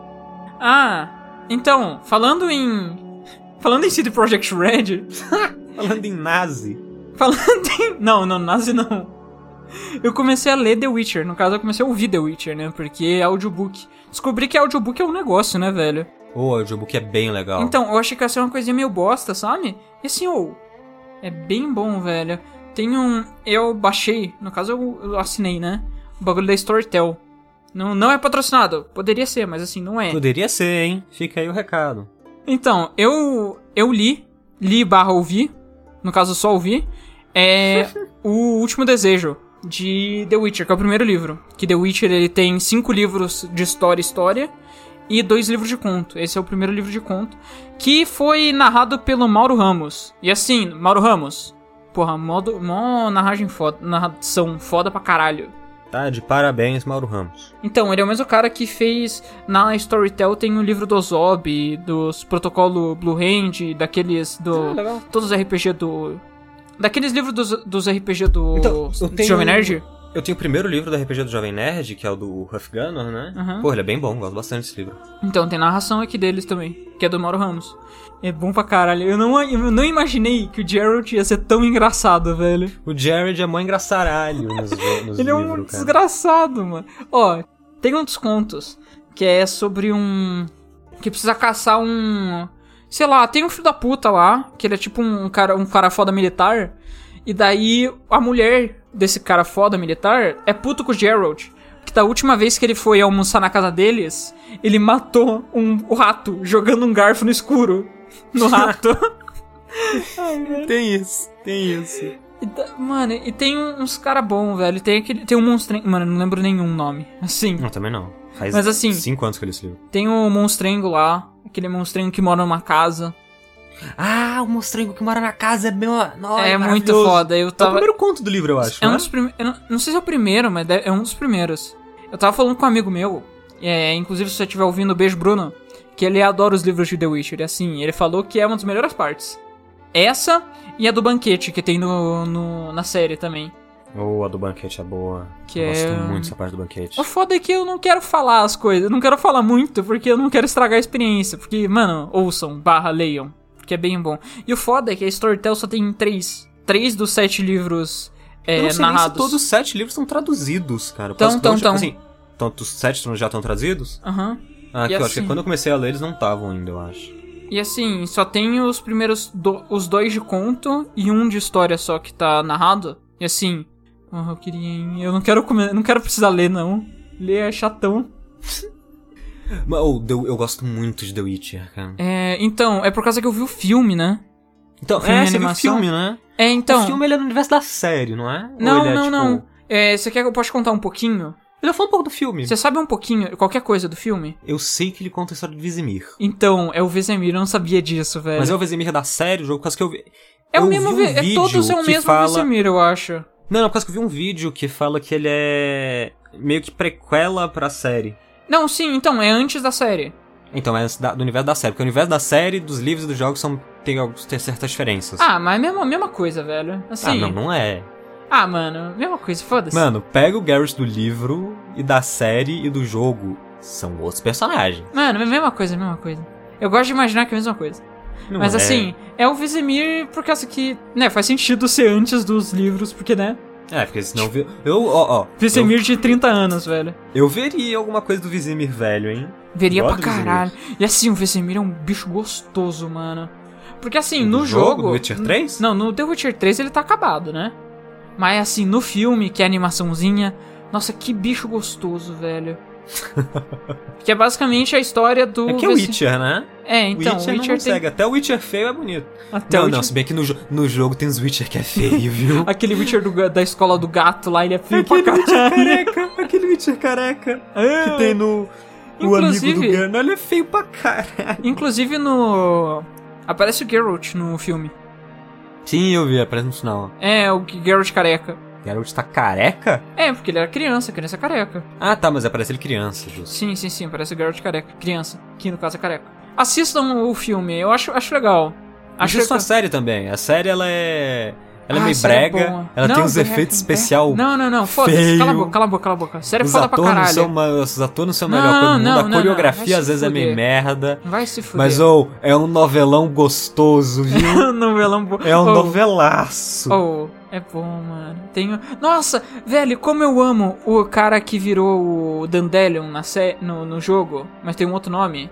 Então, falando em CD Projekt Red... Falando em nazi. Não, nazi não. Eu comecei a ler The Witcher. No caso, eu comecei a ouvir The Witcher, né? Porque é audiobook. Descobri que audiobook é um negócio, né, velho? O audiobook é bem legal. Então, eu achei que ia ser uma coisinha meio bosta, sabe? E assim, é bem bom, velho. Eu baixei, no caso eu assinei, né? O bagulho da Storytel. Não é patrocinado. Poderia ser, mas assim, não é. Poderia ser, hein? Fica aí o recado. Então, eu li/ouvi. No caso, só ouvi. O Último Desejo de The Witcher, que é o primeiro livro. Que The Witcher, ele tem 5 livros de história e 2 livros de conto. Esse é o primeiro livro de conto, que foi narrado pelo Mauro Ramos. E assim, Mauro Ramos, porra, mó narração foda pra caralho. Tá, de parabéns, Mauro Ramos. Então, ele é o mesmo cara que fez, na Storytel tem o livro do Ozob, dos Protocolo Blue Hand, daqueles todos os RPG do... Daqueles livros dos RPG do Jovem Nerd. Eu tenho o primeiro livro do RPG do Jovem Nerd, que é o do Huff Gunner, né? Uhum. Pô, ele é bem bom, gosto bastante desse livro. Então, tem narração aqui deles também, que é do Mauro Ramos. É bom pra caralho. Eu não imaginei que o Geralt ia ser tão engraçado, velho. O Jared é mó engraçaralho nos livros, Ele é um cara. desgraçado, mano. Ó, tem um dos contos que é sobre um... que precisa caçar um... sei lá, tem um filho da puta lá, que ele é tipo um cara foda militar. E daí a mulher desse cara foda militar é puto com o Geralt. Que da última vez que ele foi almoçar na casa deles, ele matou o rato, jogando um garfo no escuro. No rato. Ai, velho. Tem isso. Mano, e tem uns cara bom, velho. Tem um monstrengo. Mano, eu não lembro nenhum nome. Assim. Não, também não. Faz Mas assim, 5 anos que eu li esse livro. tem o monstrengo lá. Aquele monstrengo que mora numa casa. Ah, o monstrengo que mora na casa é bem... Nossa, É muito foda. Eu É o tava. primeiro conto do livro, eu acho. É um né? dos primeiros. Não sei se é o primeiro, mas é um dos primeiros. Eu tava falando com um amigo meu. Inclusive, se você estiver ouvindo, beijo, Bruno. Que ele adora os livros de The Witcher. E assim, ele falou que é uma das melhores partes. Essa e a do banquete, que tem na série também. Oh, a do banquete é boa. Que eu é- gosto muito dessa parte do banquete. O foda é que eu não quero falar as coisas. Eu não quero falar muito, porque eu não quero estragar a experiência. Porque, mano, ouçam, leiam. Porque é bem bom. E o foda é que a Storytel só tem 3. 3 dos 7 livros Eu não sei narrados. nem se todos os 7 livros estão traduzidos, cara. Tão. Assim, os 7 já estão traduzidos? Aham. Ah, que E eu acho que assim- quando eu comecei a ler eles não estavam ainda, eu acho. E assim, só tem os primeiros... os 2 de conto e um de história só que tá narrado. E assim... eu queria... Eu não quero precisar ler, não. Ler é chatão. Mas, eu gosto muito de The Witcher, cara. Então, é por causa que eu vi o filme, né? Então, filme e você viu o animação? filme, né? Então... O filme ele é no universo da série, não é? Ou Não, ele é, tipo... não. Você quer que eu possa contar um pouquinho? Ele falou um pouco do filme. Você sabe um pouquinho, qualquer coisa do filme? Eu sei que ele conta a história de Vizimir. Então, é o Vesemir, eu não sabia disso, velho. Mas é o Vizimir da série, o jogo, por causa que eu vi... É o eu mesmo, vi um vídeo todos é o que mesmo fala... Vesemir, eu acho. Não, por causa que eu vi um vídeo que fala que ele é meio que prequela pra série. Não, sim, então, é antes da série. Então, é do universo da série. Porque o universo da série, dos livros e dos jogos tem certas diferenças. Ah, mas é a mesma coisa, velho. Assim... não é. Ah, mano, mesma coisa, foda-se. Mano, pega o Garrett do livro e da série e do jogo. São outros personagens. Mano, é a mesma coisa. Eu gosto de imaginar que é a mesma coisa. Não Mas é. assim, é o Vesemir por causa que, né, faz sentido ser antes dos livros, porque, né, Porque senão... Vesemir de 30 anos, velho. Eu veria alguma coisa do Vizimir velho, hein? Veria Gosto pra do caralho. E assim, o Vesemir é um bicho gostoso, mano. Porque assim, Do no jogo, jogo... do Witcher 3? Não, no The Witcher 3 ele tá acabado, né? Mas assim, no filme, que é a animaçãozinha... Nossa, que bicho gostoso, velho. Que é basicamente a história do... É que é o Witcher, né? Então, Witcher não consegue. Até o Witcher feio é bonito. Até não, o Witcher... não, se bem que no jogo tem uns Witcher que é feio, viu? Aquele Witcher da escola do gato lá, ele é feio Aquele pra Witcher caralho. careca, aquele Witcher careca É. que tem no... O amigo Inclusive- do Geralt, ele é feio pra caralho. Inclusive no... Aparece o Geralt no filme. Sim, eu vi, aparece no final. É, o Geralt careca. Geralt tá careca? Porque ele era criança careca. Ah, tá, mas aparece ele criança, justo. Sim, parece o Geralt careca. Criança, que no caso é careca. Assistam o filme, eu acho legal. Acho isso a série também. A série, ela é meio a série é brega, boa. ela Não, tem uns é- efeitos é- especial. Não, foda-se, feio. cala a boca. Série é Os foda pra atores, caralho. os atores não são a Não, melhor coisa do mundo. não, A não, coreografia vai se às vezes é meio fuder. merda. Vai se fuder. Mas, é um novelão gostoso, viu? Novelão É um novelaço. É bom, mano. Nossa, velho, como eu amo o cara que virou o Dandelion no jogo, mas tem um outro nome.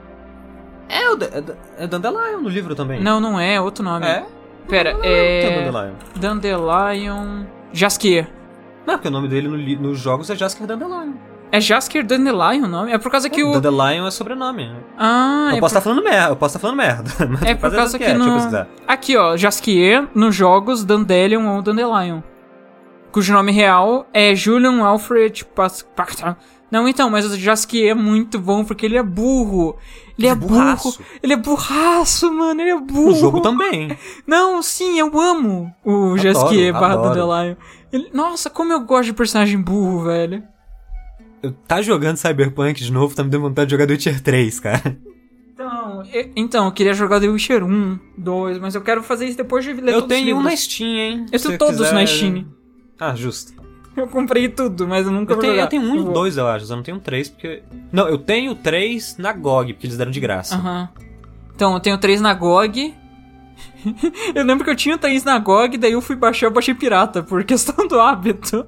É Dandelion no livro também. Não é outro nome. É? Pera, Não é Dandelion. Dandelion... Jaskier. Não, porque o nome dele nos jogos é Jaskier Dandelion. É Jaskier Dandelion o nome? É por causa que o... Dandelion é sobrenome. Ah, Eu posso estar falando merda. Mas É por causa que Deixa eu no... pesquisar. Aqui, ó, Jaskier, nos jogos, Dandelion ou Dandelion. Cujo nome real é Julian Alfred Pacta. Não, então, mas o Jaskier é muito bom porque ele é burro. Ele é burraço. burro. Ele é burraço, mano. Ele é burro. No jogo também. Não, sim, eu amo o Jaskier barra adoro. Dandelion. Nossa, como eu gosto de personagem burro, velho. Tá jogando Cyberpunk de novo, tá me dando vontade de jogar The Witcher 3, cara. Então, eu queria jogar The Witcher 1, 2, mas eu quero fazer isso depois de ler todos os Eu tenho um livros. na Steam, hein? Eu Se tenho você todos quiser... na Steam. Ah, justo. Eu comprei tudo, mas eu nunca vou jogar. Eu tenho um e dois, eu acho. Eu não tenho 3, porque... Não, eu tenho 3 na GOG, porque eles deram de graça. Aham. Então, eu tenho 3 na GOG. Eu lembro que eu tinha 3 na GOG, daí eu baixei pirata, por questão do hábito.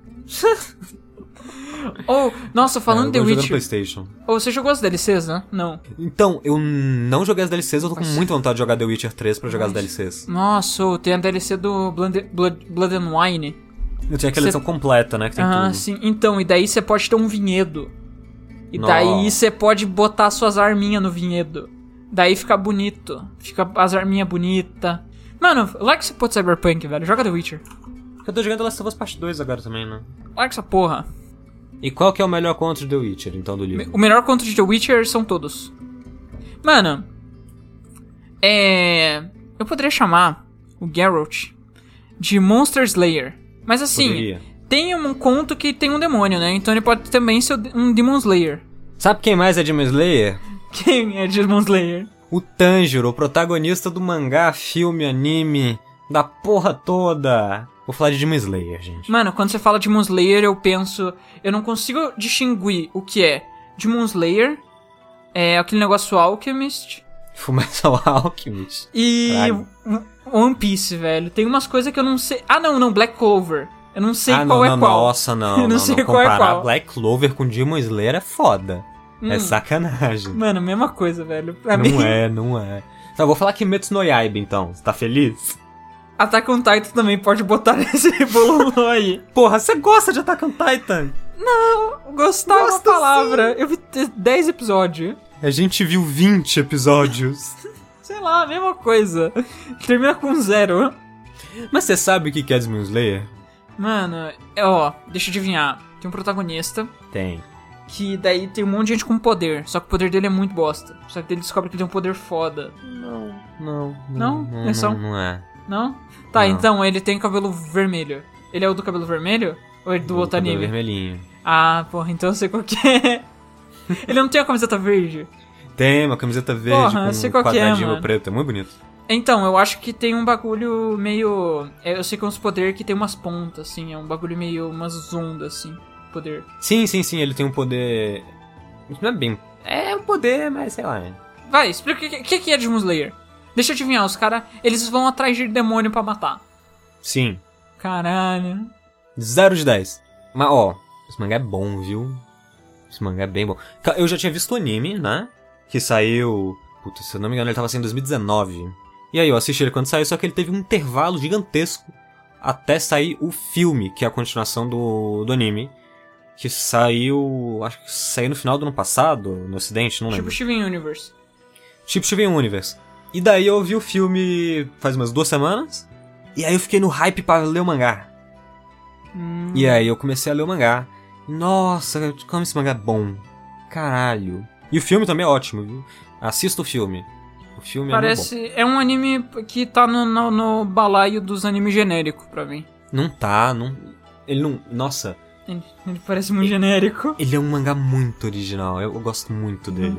Oh, nossa, falando de The Witcher... PlayStation. Oh, você jogou as DLCs, né? Não. Então, eu não joguei as DLCs, eu tô com muita vontade de jogar The Witcher 3 pra jogar as DLCs. Nossa, tem a DLC do Blood and Wine. Eu tinha aquela edição completa, né, que tem tudo. Sim. Então, e daí você pode ter um vinhedo. E daí você pode botar suas arminhas no vinhedo. Daí fica bonito. Fica as arminhas bonitas. Mano, like essa porra de Cyberpunk, velho. Joga The Witcher. Eu tô jogando The Last of Us Part 2 agora também, né? Like essa porra. E qual que é o melhor conto de The Witcher, então, do livro? O melhor conto de The Witcher são todos. Mano, eu poderia chamar o Geralt de Monster Slayer. Mas assim, tem um conto que tem um demônio, né? Então ele pode também ser um Demon Slayer. Sabe quem mais é Demon Slayer? Quem é Demon Slayer? O Tanjiro, o protagonista do mangá, filme, anime, da porra toda. Vou falar de Demon Slayer, gente. Mano, quando você fala de Demon Slayer, eu penso... Eu não consigo distinguir o que é Demon Slayer, aquele negócio Alchemist... Fullmetal Alchemist. E One Piece, velho. Tem umas coisas que eu não sei... Ah, não, Black Clover. Eu não sei qual é qual. Nossa, não. Eu não sei qual comparar é qual. Black Clover com Demon Slayer é foda. É sacanagem. Mano, mesma coisa, velho. Não é. Então, eu vou falar Kimetsu no Yaiba, então. Você tá feliz? Attack on Titan também pode botar nesse bololô aí. Porra, você gosta de Attack on Titan? Não, gostar é uma palavra. Sim. Eu vi 10 episódios. A gente viu 20 episódios. Sei lá, mesma coisa. Termina com 0. Mas você sabe o que é Demon Slayer? Mano, deixa eu adivinhar. Tem um protagonista. Tem. Que daí tem um monte de gente com poder. Só que o poder dele é muito bosta. Só que ele descobre que ele tem um poder foda. Não? Não é. Não? Tá, não. Então ele tem cabelo vermelho. Ele é o do cabelo vermelho? Ou é do outro anime? Vermelhinho. Ah, porra, então eu sei qual que é. Ele não tem uma camiseta verde? Tem, uma camiseta verde porra, com um quadradinho preto. É muito bonito. Então, eu acho que tem um bagulho meio... Eu sei que é uns poderes que tem umas pontas, assim. É um bagulho meio... umas ondas, assim. Poder. Sim. Ele tem um poder... Não é bem... É um poder, mas sei lá. Vai, explica o que é Demon Slayer. Deixa eu adivinhar, os caras... Eles vão atrás de demônio pra matar. Sim. Caralho. 0 de 10. Mas, esse mangá é bom, viu? Esse mangá é bem bom. Eu já tinha visto o anime, né? Que saiu... Puta, se eu não me engano, ele tava saindo em 2019. E aí, eu assisti ele quando saiu, só que ele teve um intervalo gigantesco até sair o filme, que é a continuação do anime. Que saiu... Acho que saiu no final do ano passado, no ocidente, não lembro. Tipo Steven Universe. Tipo Steven Universe. E daí eu vi o filme faz umas 2 semanas. E aí eu fiquei no hype pra ler o mangá. E aí eu comecei a ler o mangá. Nossa, como esse mangá é bom. Caralho. E o filme também é ótimo, viu? Assista o filme. O filme parece, é muito bom. É um anime que tá no balaio dos animes genéricos pra mim. Não tá, não... Ele não... Nossa... Ele parece muito genérico. Ele é um mangá muito original, eu gosto muito dele.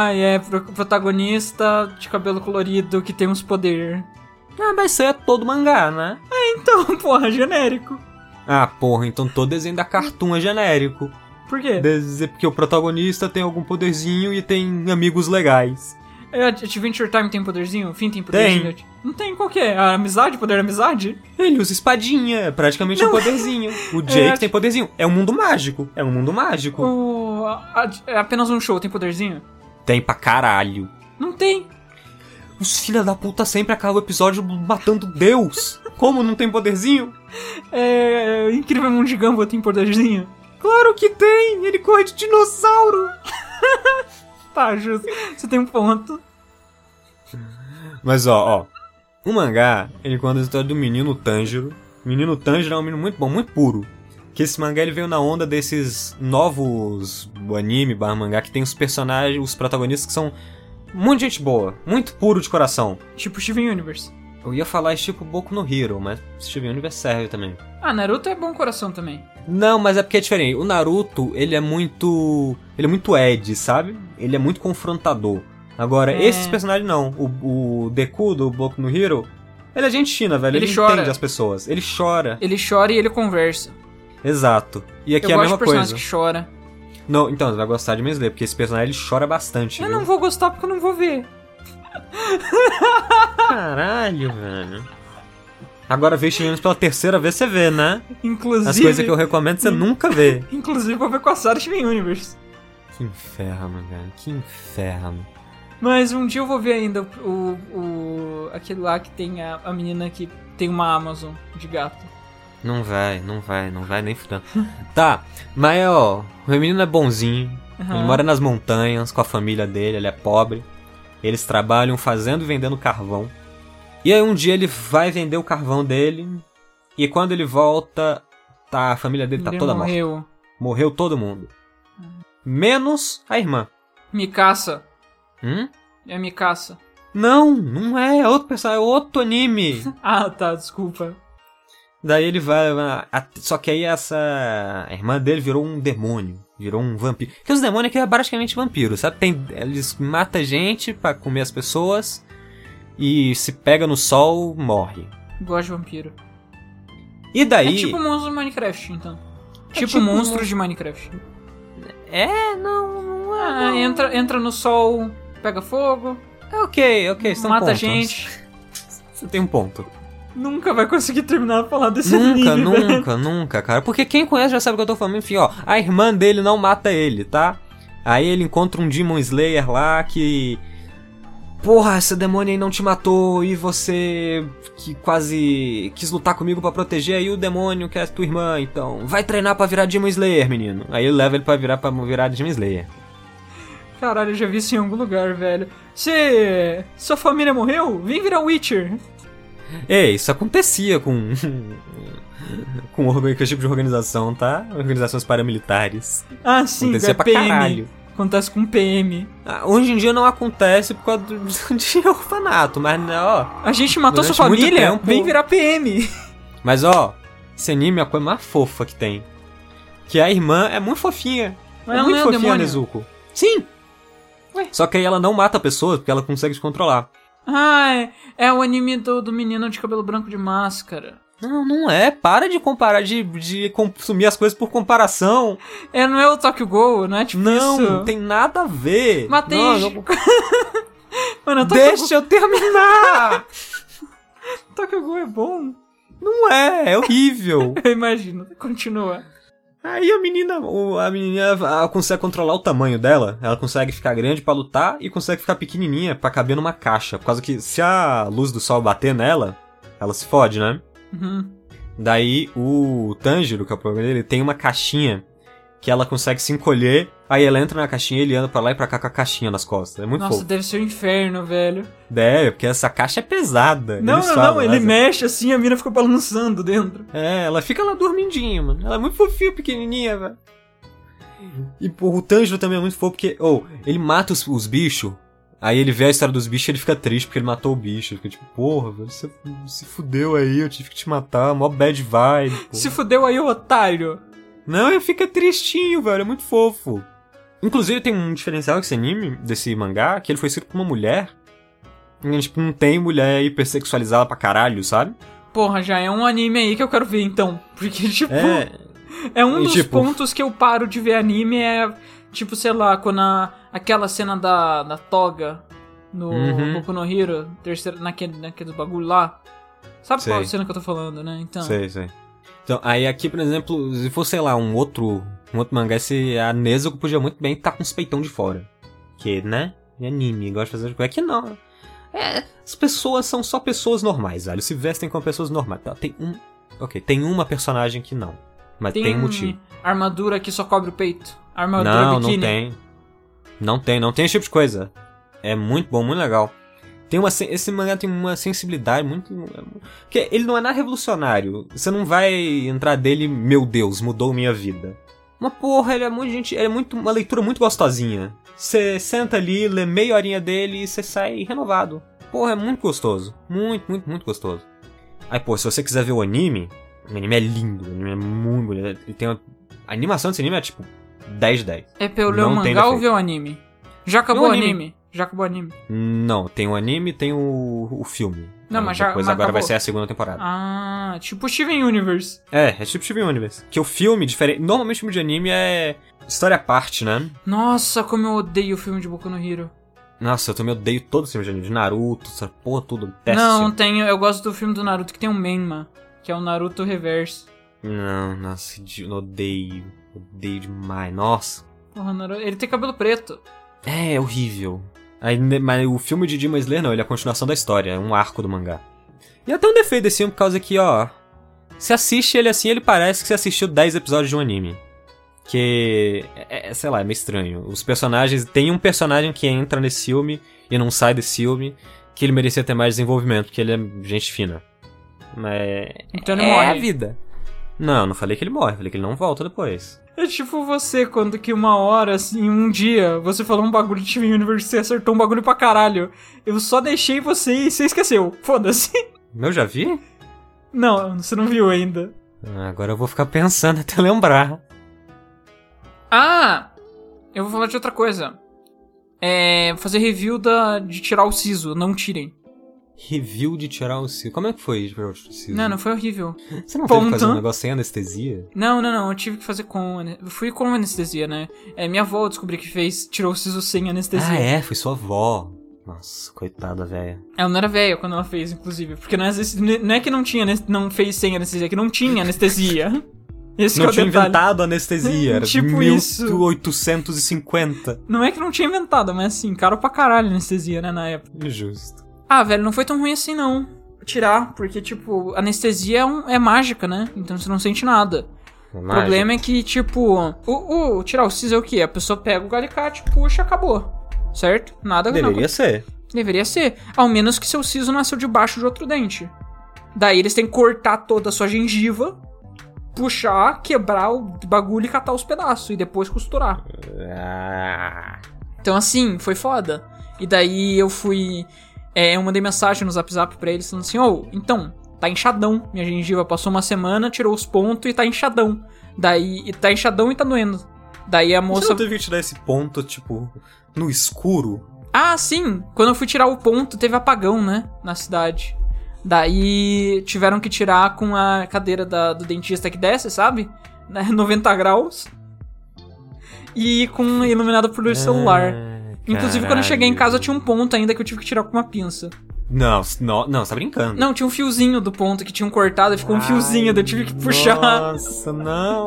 Protagonista de cabelo colorido que tem uns poderes. Ah, mas isso aí é todo mangá, né? Então, porra, genérico. Ah, porra, então todo desenho da Cartoon é genérico. Por quê? Porque o protagonista tem algum poderzinho e tem amigos legais. Adventure Time tem poderzinho? O Finn tem poderzinho? Tem. Não tem, qual que é? A amizade? Poder da amizade? Ele usa espadinha, é praticamente um poderzinho. O Jake tem poderzinho. É um mundo mágico. Apenas um show tem poderzinho? Tem pra caralho. Não tem. Os filha da puta sempre acabam o episódio matando Deus. Como não tem poderzinho? Incrível Mundo de Gumball tem poderzinho? Claro que tem! Ele corre de dinossauro! Tá, justo. Você tem um ponto. Mas ó. O mangá, ele conta a história do menino Tanjiro. O menino Tanjiro é um menino muito bom, muito puro. Que esse mangá ele veio na onda desses novos anime /mangá que tem os personagens, os protagonistas que são muito gente boa, muito puro de coração. Tipo Steven Universe. Eu ia falar tipo Boku no Hero, mas Steven Universe serve também. Ah, Naruto é bom coração também. Não, mas é porque é diferente. O Naruto, ele é muito Ed, sabe? Ele é muito confrontador. Agora, esses personagens não. O Deku do Boku no Hero, ele é gente fina, velho. Ele chora. Entende as pessoas. Ele chora. Ele chora e ele conversa. Exato. E aqui Eu é a gosto mesma de personagem coisa. que chora. Não, então, você vai gostar de Demon Slayer, porque esse personagem ele chora bastante, Eu viu? não vou gostar porque eu não vou ver. Caralho, velho. Agora vê Shinigami pela terceira vez, você vê, né? Inclusive... As coisas que eu recomendo você nunca vê. Inclusive vou ver com a Sarah Steven Universe. Que inferno, velho. Que inferno. Mas um dia eu vou ver ainda aquele lá que tem a menina que tem uma Amazon de gato. Não vai nem fudendo. Tá, mas ó, o menino é bonzinho. Uhum. Ele mora nas montanhas com a família dele, ele é pobre. Eles trabalham fazendo e vendendo carvão. E aí um dia ele vai vender o carvão dele. E quando ele volta, tá, a família dele tá Ele toda morreu. morta. Morreu todo mundo. Menos a irmã. Mikasa. Hum? É Mikasa. Não é outro personagem, é outro anime. Ah, tá, desculpa. Daí ele vai... Só que aí a irmã dele virou um demônio. Virou um vampiro. Porque os demônios aqui é basicamente vampiro, sabe? Eles matam gente pra comer as pessoas. E se pega no sol, morre. Gosto de vampiro. E daí... É tipo monstro de Minecraft, então. É Tipo tipo monstros de Minecraft. Não é... Ah, entra no sol, pega fogo, É ok, você tem um mata ponto. gente. Você tem um ponto. Nunca vai conseguir terminar de falar desse anime, velho. Nunca, cara. Porque quem conhece já sabe o que eu tô falando. Enfim, ó, a irmã dele não mata ele, tá? Aí ele encontra um Demon Slayer lá que... Porra, esse demônio aí não te matou e você que quase quis lutar comigo pra proteger aí o demônio que é tua irmã, então vai treinar pra virar Demon Slayer, menino. Aí ele leva ele pra virar Demon Slayer. Caralho, eu já vi isso em algum lugar, velho. Sua família morreu? Vem virar Witcher. Isso acontecia com esse tipo de organização, tá? Organizações paramilitares. Ah, sim, Acontecia é pra PM. caralho. Acontece com PM. Hoje em dia não acontece por causa de orfanato, mas ó... A gente matou sua Durante muito família? tempo- Vem virar PM. Mas ó, esse anime é a coisa mais fofa que tem. Que a irmã é muito fofinha. Mas É ela muito não é o fofinha a demônio? Nezuko. Sim! Ué? Só que aí ela não mata pessoas porque ela consegue se controlar. Ah, é o anime do menino de cabelo branco de máscara. Não é. Para de comparar, de consumir as coisas por comparação. Não é o Tokyo Ghoul, não é tipo Não, isso? não tem nada a ver. Matei. Não. Mano, o Tokyo Deixa eu terminar! Tokyo Ghoul é bom. Não é horrível. Eu imagino. Continua. Aí a menina ela consegue controlar o tamanho dela. Ela consegue ficar grande pra lutar e consegue ficar pequenininha pra caber numa caixa. Por causa que se a luz do sol bater nela, ela se fode, né? Uhum. Daí o Tanjiro, que é o problema dele, tem uma caixinha que ela consegue se encolher. Aí ela entra na caixinha e ele anda pra lá e pra cá com a caixinha nas costas. É muito Nossa, fofo. deve ser um inferno, velho. Deve, porque essa caixa é pesada. Não, Eles falam, ele né? mexe assim, a mina fica balançando dentro. Ela fica lá dormindinha, mano. Ela é muito fofinha, pequenininha, velho. E, pô, o Tanjiro também é muito fofo, porque... ele mata os bichos. Aí ele vê a história dos bichos e ele fica triste porque ele matou o bicho. Ele fica tipo, porra, velho, você se fudeu aí, eu tive que te matar. Mó bad vibe, pô. Se fudeu aí, ô otário. Não, ele fica tristinho, velho. É muito fofo. Inclusive, tem um diferencial desse anime, desse mangá, que ele foi escrito por uma mulher. E, tipo, não tem mulher hipersexualizada pra caralho, sabe? Porra, já é um anime aí que eu quero ver, então. Porque, tipo... É um E, dos tipo, pontos que eu paro de ver anime tipo, sei lá, quando aquela cena da toga no Boku no Hero, naqueles bagulho lá. Sabe Sei. qual cena que eu tô falando, né? Então... Sei. Então, aí aqui, por exemplo, se fosse, sei lá, um outro mangá, a Nezuko podia muito bem estar com os peitão de fora. Que, né? É anime, gosta de fazer coisa. Aqui não. As pessoas são só pessoas normais, velho. Se vestem como pessoas normais. Tá, tem uma personagem que não. Mas tem motivo. Armadura que só cobre o peito. Armadura biquíni. Não tem esse tipo de coisa. É muito bom, muito legal. Esse mangá tem uma sensibilidade muito... Porque ele não é nada revolucionário. Você não vai entrar dele, meu Deus, mudou minha vida. Mas porra, ele é muito uma leitura muito gostosinha. Você senta ali, lê meia horinha dele e você sai renovado. Porra, é muito gostoso. Muito, muito, muito gostoso. Aí, pô, se você quiser ver o anime é lindo, o anime é muito bonito. Ele tem a animação desse anime é tipo 10 de 10. É pra eu ler o mangá ou ver o anime? Já acabou o anime? Já acabou o anime? Não, tem o anime e tem o filme. Não, mas já depois mas agora acabou. vai ser a segunda temporada. Ah, tipo Steven Universe. É tipo Steven Universe. Que o filme, diferente... Normalmente o filme de anime é história à parte, né? Nossa, como eu odeio o filme de Boku no Hero. Nossa, eu também odeio todo o filme de anime. De Naruto, essa porra, tudo. Péssimo. Não, eu gosto do filme do Naruto que tem um Menma, que é o Naruto Reverse. Não, nossa, eu odeio. Odeio demais, nossa. Porra, Naruto, ele tem cabelo preto. É horrível. Aí, mas o filme de Demon Slayer não, ele é a continuação da história, é um arco do mangá. E até um defeito desse filme por causa que, ó... Se assiste ele assim, ele parece que você assistiu 10 episódios de um anime. Que... sei lá, é meio estranho. Os personagens... Tem um personagem que entra nesse filme e não sai desse filme, que ele merecia ter mais desenvolvimento, porque ele é gente fina. Mas... Então ele morre. É a vida. Não falei que ele morre, falei que ele não volta depois. É tipo você, quando que uma hora, assim, um dia, você falou um bagulho de Steven Universe, você acertou um bagulho pra caralho. Eu só deixei você e você esqueceu. Foda-se. Eu já vi? Não, você não viu ainda. Agora eu vou ficar pensando até lembrar. Ah! Eu vou falar de outra coisa. Fazer review de tirar o siso, não tirem. Review de tirar o siso. Como é que foi tirar o siso? Não foi horrível. Você não teve que fazer um negócio sem anestesia? Não, eu tive que fazer eu fui com anestesia, né? Minha avó descobri que tirou o siso sem anestesia. Ah, foi sua avó. Nossa, coitada, velha. Ela não era velha quando ela fez, inclusive. Porque não é que não fez sem anestesia, é que não tinha anestesia. Esse não que é o tinha detalhe. inventado anestesia, era Tipo 1850. Não é que não tinha inventado, mas assim, caro pra caralho a anestesia, né, na época. Justo. Ah, velho, não foi tão ruim assim, não. Tirar, porque, tipo, anestesia é mágica, né? Então você não sente nada. O problema é que, tipo, tirar o siso é o quê? A pessoa pega o alicate, puxa, acabou. Certo? Nada. Deveria ser. Deveria ser. Ao menos que seu siso nasceu debaixo de outro dente. Daí eles têm que cortar toda a sua gengiva, puxar, quebrar o bagulho e catar os pedaços. E depois costurar. Então, assim, foi foda. E daí eu fui... eu mandei mensagem no Zap Zap pra eles, falando assim, então, tá inchadão. Minha gengiva passou uma semana, tirou os pontos e tá inchadão. Daí, tá inchadão e tá doendo. Daí a moça... Você não teve que tirar esse ponto, tipo, no escuro? Ah, sim. Quando eu fui tirar o ponto, teve apagão, né? Na cidade. Daí tiveram que tirar com a cadeira do dentista que desce, sabe? 90 graus. E com iluminado por luz celular. Inclusive, quando eu cheguei em casa, tinha um ponto ainda que eu tive que tirar com uma pinça. Não, você tá brincando. Não, tinha um fiozinho do ponto que tinham cortado e ficou um fiozinho, daí eu tive que puxar. Nossa, não.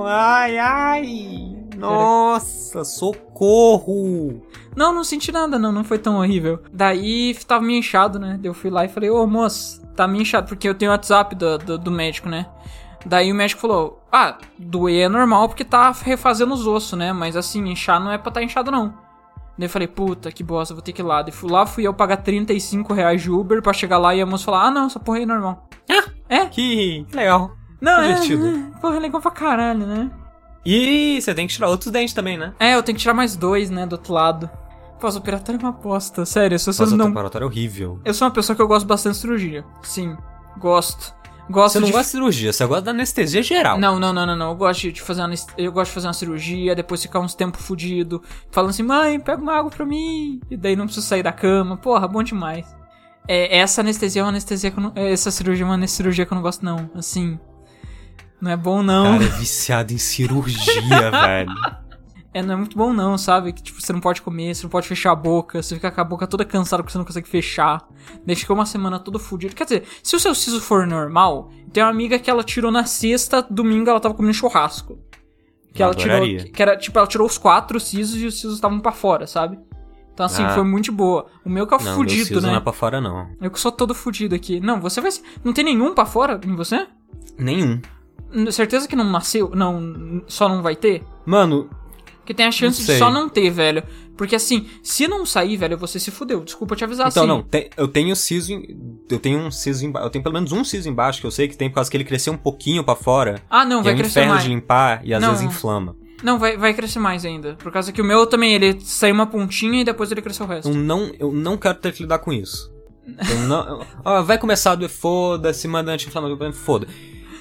Ai. Nossa, socorro. Não senti nada, não foi tão horrível. Daí tava meio inchado, né? Daí eu fui lá e falei, moço, tá meio inchado, porque eu tenho o WhatsApp do médico, né? Daí o médico falou, doer é normal porque tá refazendo os ossos, né? Mas assim, inchar não é pra tá inchado, não. Daí eu falei, puta, que bosta, vou ter que ir lá. Daí fui eu pagar R$35 de Uber pra chegar lá e a moça falar, não, essa porra aí é normal. Que legal. Não, divertido. Porra, é legal pra caralho, né? E você tem que tirar outros dentes também, né? Eu tenho que tirar mais 2, né, do outro lado. Pós-operatório é uma bosta, sério. Pós-operatório é horrível. Eu sou uma pessoa que eu gosto bastante de cirurgia. Sim, gosto. Você não gosta de cirurgia, você gosta da anestesia geral. Não. Eu gosto de fazer uma cirurgia, depois ficar uns tempos fudido, falando assim, mãe, pega uma água pra mim. E daí não preciso sair da cama. Porra, bom demais. Essa anestesia é uma anestesia que eu não... Essa cirurgia é uma cirurgia que eu não gosto, não. Assim, não é bom, não. Cara, é viciado em cirurgia, velho. Não é muito bom não, sabe? Que tipo, você não pode comer, você não pode fechar a boca, você fica com a boca toda cansada porque você não consegue fechar. Daí fica uma semana toda fodida. Quer dizer, se o seu siso for normal, tem uma amiga que ela tirou na sexta, domingo ela tava comendo churrasco. Que ela tirou, ela tirou os 4 sisos e os sisos estavam pra fora, sabe? Então assim, foi muito boa. O meu que é o fudido, meu siso né? Não é pra fora, não. Eu que sou todo fudido aqui. Não, você vai... Não tem nenhum pra fora em você? Nenhum. Certeza que não nasceu? Não, só não vai ter? Mano... Que tem a chance de só não ter, velho. Porque assim, se não sair, velho, você se fudeu. Desculpa te avisar assim. Então, eu tenho siso... Eu tenho pelo menos um siso embaixo que eu sei que tem, por causa que ele cresceu um pouquinho pra fora. Não, vai crescer mais. É um inferno de limpar e às vezes inflama. Não, vai crescer mais ainda. Por causa que o meu também, ele saiu uma pontinha e depois ele cresceu o resto. Eu não quero ter que lidar com isso. Vai começar a doer, foda-se, manda anti-inflamatório, foda.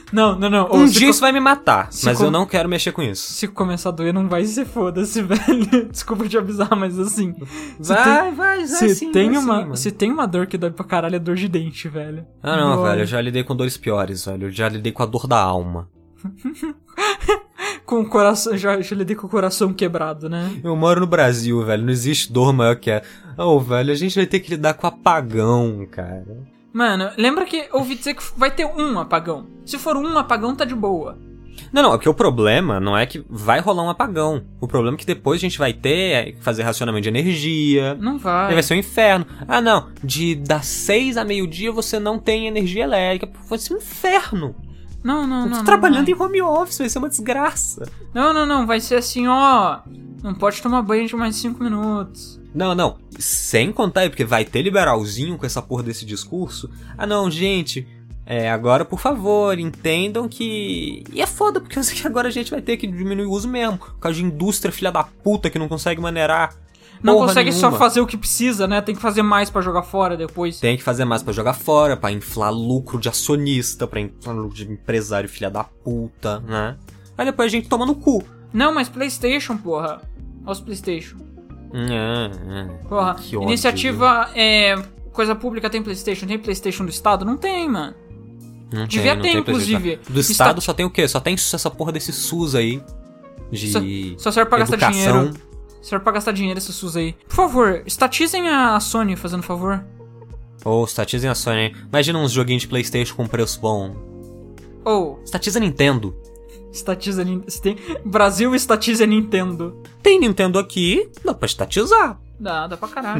Não. Ô, Um dia isso vai me matar, mas com- eu não quero mexer com isso. Se começar a doer, não vai ser foda-se, velho. Desculpa te avisar, mas assim... Vai Se sim, tem vai sim, uma, mano. se tem uma dor que dói pra caralho, é dor de dente, velho. Ah, não, Dói. velho, eu já lidei com dores piores, velho. Eu já lidei com a dor da alma. Com o coração, já lidei com o coração quebrado, né? Eu moro no Brasil, velho, não existe dor maior que a... Oh, velho, a gente vai ter que lidar com apagão, cara. Mano, lembra que eu ouvi dizer que vai ter um apagão. Se for um apagão, tá de boa. Não, é porque o problema não é que vai rolar um apagão. O problema é que depois a gente vai ter que fazer racionamento de energia. Não vai. Aí vai ser um inferno. Ah, não, das 6 a meio-dia você não tem energia elétrica. Vai ser um inferno. Não. Eu tô trabalhando em home office, vai ser uma desgraça. Não. Vai ser assim, ó. Não pode tomar banho de mais de 5 minutos. Não. Sem contar aí, porque vai ter liberalzinho com essa porra desse discurso. Ah, não, gente. Agora, por favor, entendam que... E é foda, porque eu sei que agora a gente vai ter que diminuir o uso mesmo. Por causa de indústria filha da puta que não consegue maneirar. Não Porra consegue nenhuma. só fazer o que precisa, né? Tem que fazer mais pra jogar fora depois. Tem que fazer mais pra jogar fora, pra inflar lucro de acionista, pra inflar lucro de empresário filha da puta, né? Aí depois a gente toma no cu. Não, mas PlayStation, porra. Olha os PlayStation. Porra, Que ódio, iniciativa coisa pública tem PlayStation. Tem PlayStation do Estado? Não tem, mano. Não Devia não ter, tem inclusive. Do Estado só tem o quê? Só tem essa porra desse SUS aí. De Só serve pra gastar educação. dinheiro. Serve pra gastar dinheiro esse SUS aí. Por favor, estatizem a Sony, fazendo favor. Ou estatizem a Sony aí. Imagina uns joguinhos de PlayStation com preço bom. Ou, Estatiza a Nintendo. estatiza Brasil estatiza Nintendo. Tem Nintendo aqui, dá pra estatizar. Dá pra caralho.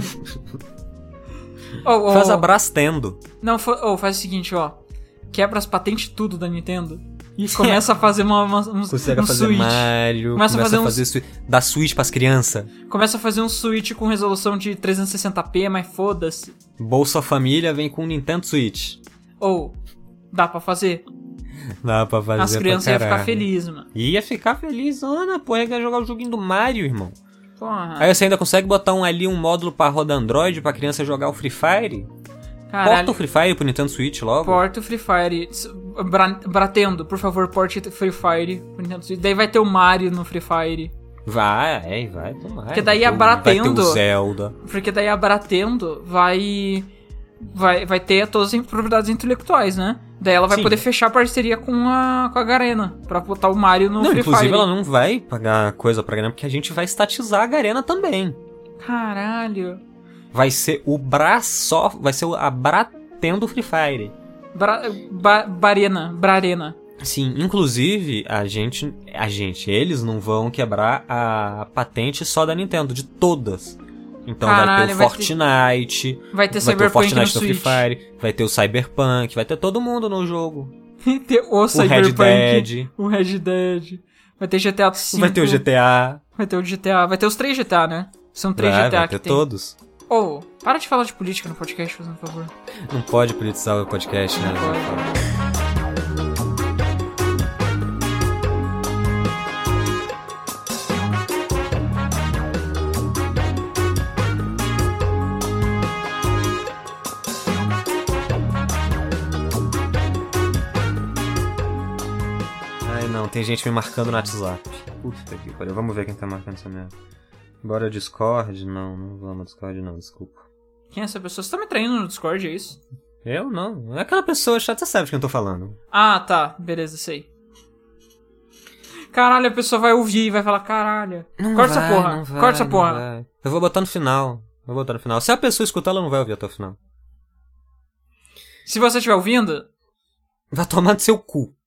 Faz a Brastendo. Não, faz o seguinte, ó. Quebra as patentes tudo da Nintendo. E começa a fazer Consegue um fazer Switch. Mario, Começa a fazer da Switch pras crianças. Começa a fazer um Switch com resolução de 360p, mas foda-se. Bolsa Família vem com o Nintendo Switch. Ou, dá pra fazer. Dá pra fazer. As crianças pra iam ficar caralho. felizes, mano. Ia ficar feliz, Ana, pô, ia jogar o joguinho do Mario, irmão. Porra. Aí você ainda consegue botar um módulo pra roda Android pra criança jogar o Free Fire. Porta o Free Fire pro Nintendo Switch logo. Porta o Free Fire. Bratendo, por favor, porte Free Fire pro Nintendo Switch. Daí vai ter o Mario no Free Fire. Vai, tomara. Porque daí a Vai ter Bratendo... o Zelda. Porque daí a Bratendo vai ter todas as propriedades intelectuais, né? Daí ela vai Sim. poder fechar parceria com a Garena pra botar o Mario no Não, Free inclusive Fire. ela não vai pagar coisa pra Garena, porque a gente vai estatizar a Garena também. Caralho. Vai ser o vai ser a Bratendo Free Fire. Brarena. Sim, inclusive, eles não vão quebrar a patente só da Nintendo, de todas. Então vai ter o Fortnite, vai ter o Cyberpunk Fortnite no Free Switch. Fire, vai ter o Cyberpunk, vai ter todo mundo no jogo. Ter o Cyberpunk, Red Dead. o Red Dead. Vai ter GTA V. Vai ter o GTA. Vai ter o GTA. Vai ter os 3 GTA, né? São 3 GTA Vai que ter tem. todos. Para de falar de política no podcast, fazendo favor. Não pode politizar o podcast, né? Não pode. Ai, não, tem gente me marcando no WhatsApp. Puta que pariu. Vamos ver quem tá marcando essa merda. Bora Discord? Não vamos Discord não, desculpa. Quem é essa pessoa? Você tá me traindo no Discord, é isso? Eu não. Não é aquela pessoa chata, você sabe de quem eu tô falando. Ah, tá. Beleza, sei. Caralho, a pessoa vai ouvir e vai falar, caralho. Corta essa porra. Corta essa porra. Eu vou botar no final. Se a pessoa escutar, ela não vai ouvir até o final. Se você estiver ouvindo, Vai tomar no seu cu.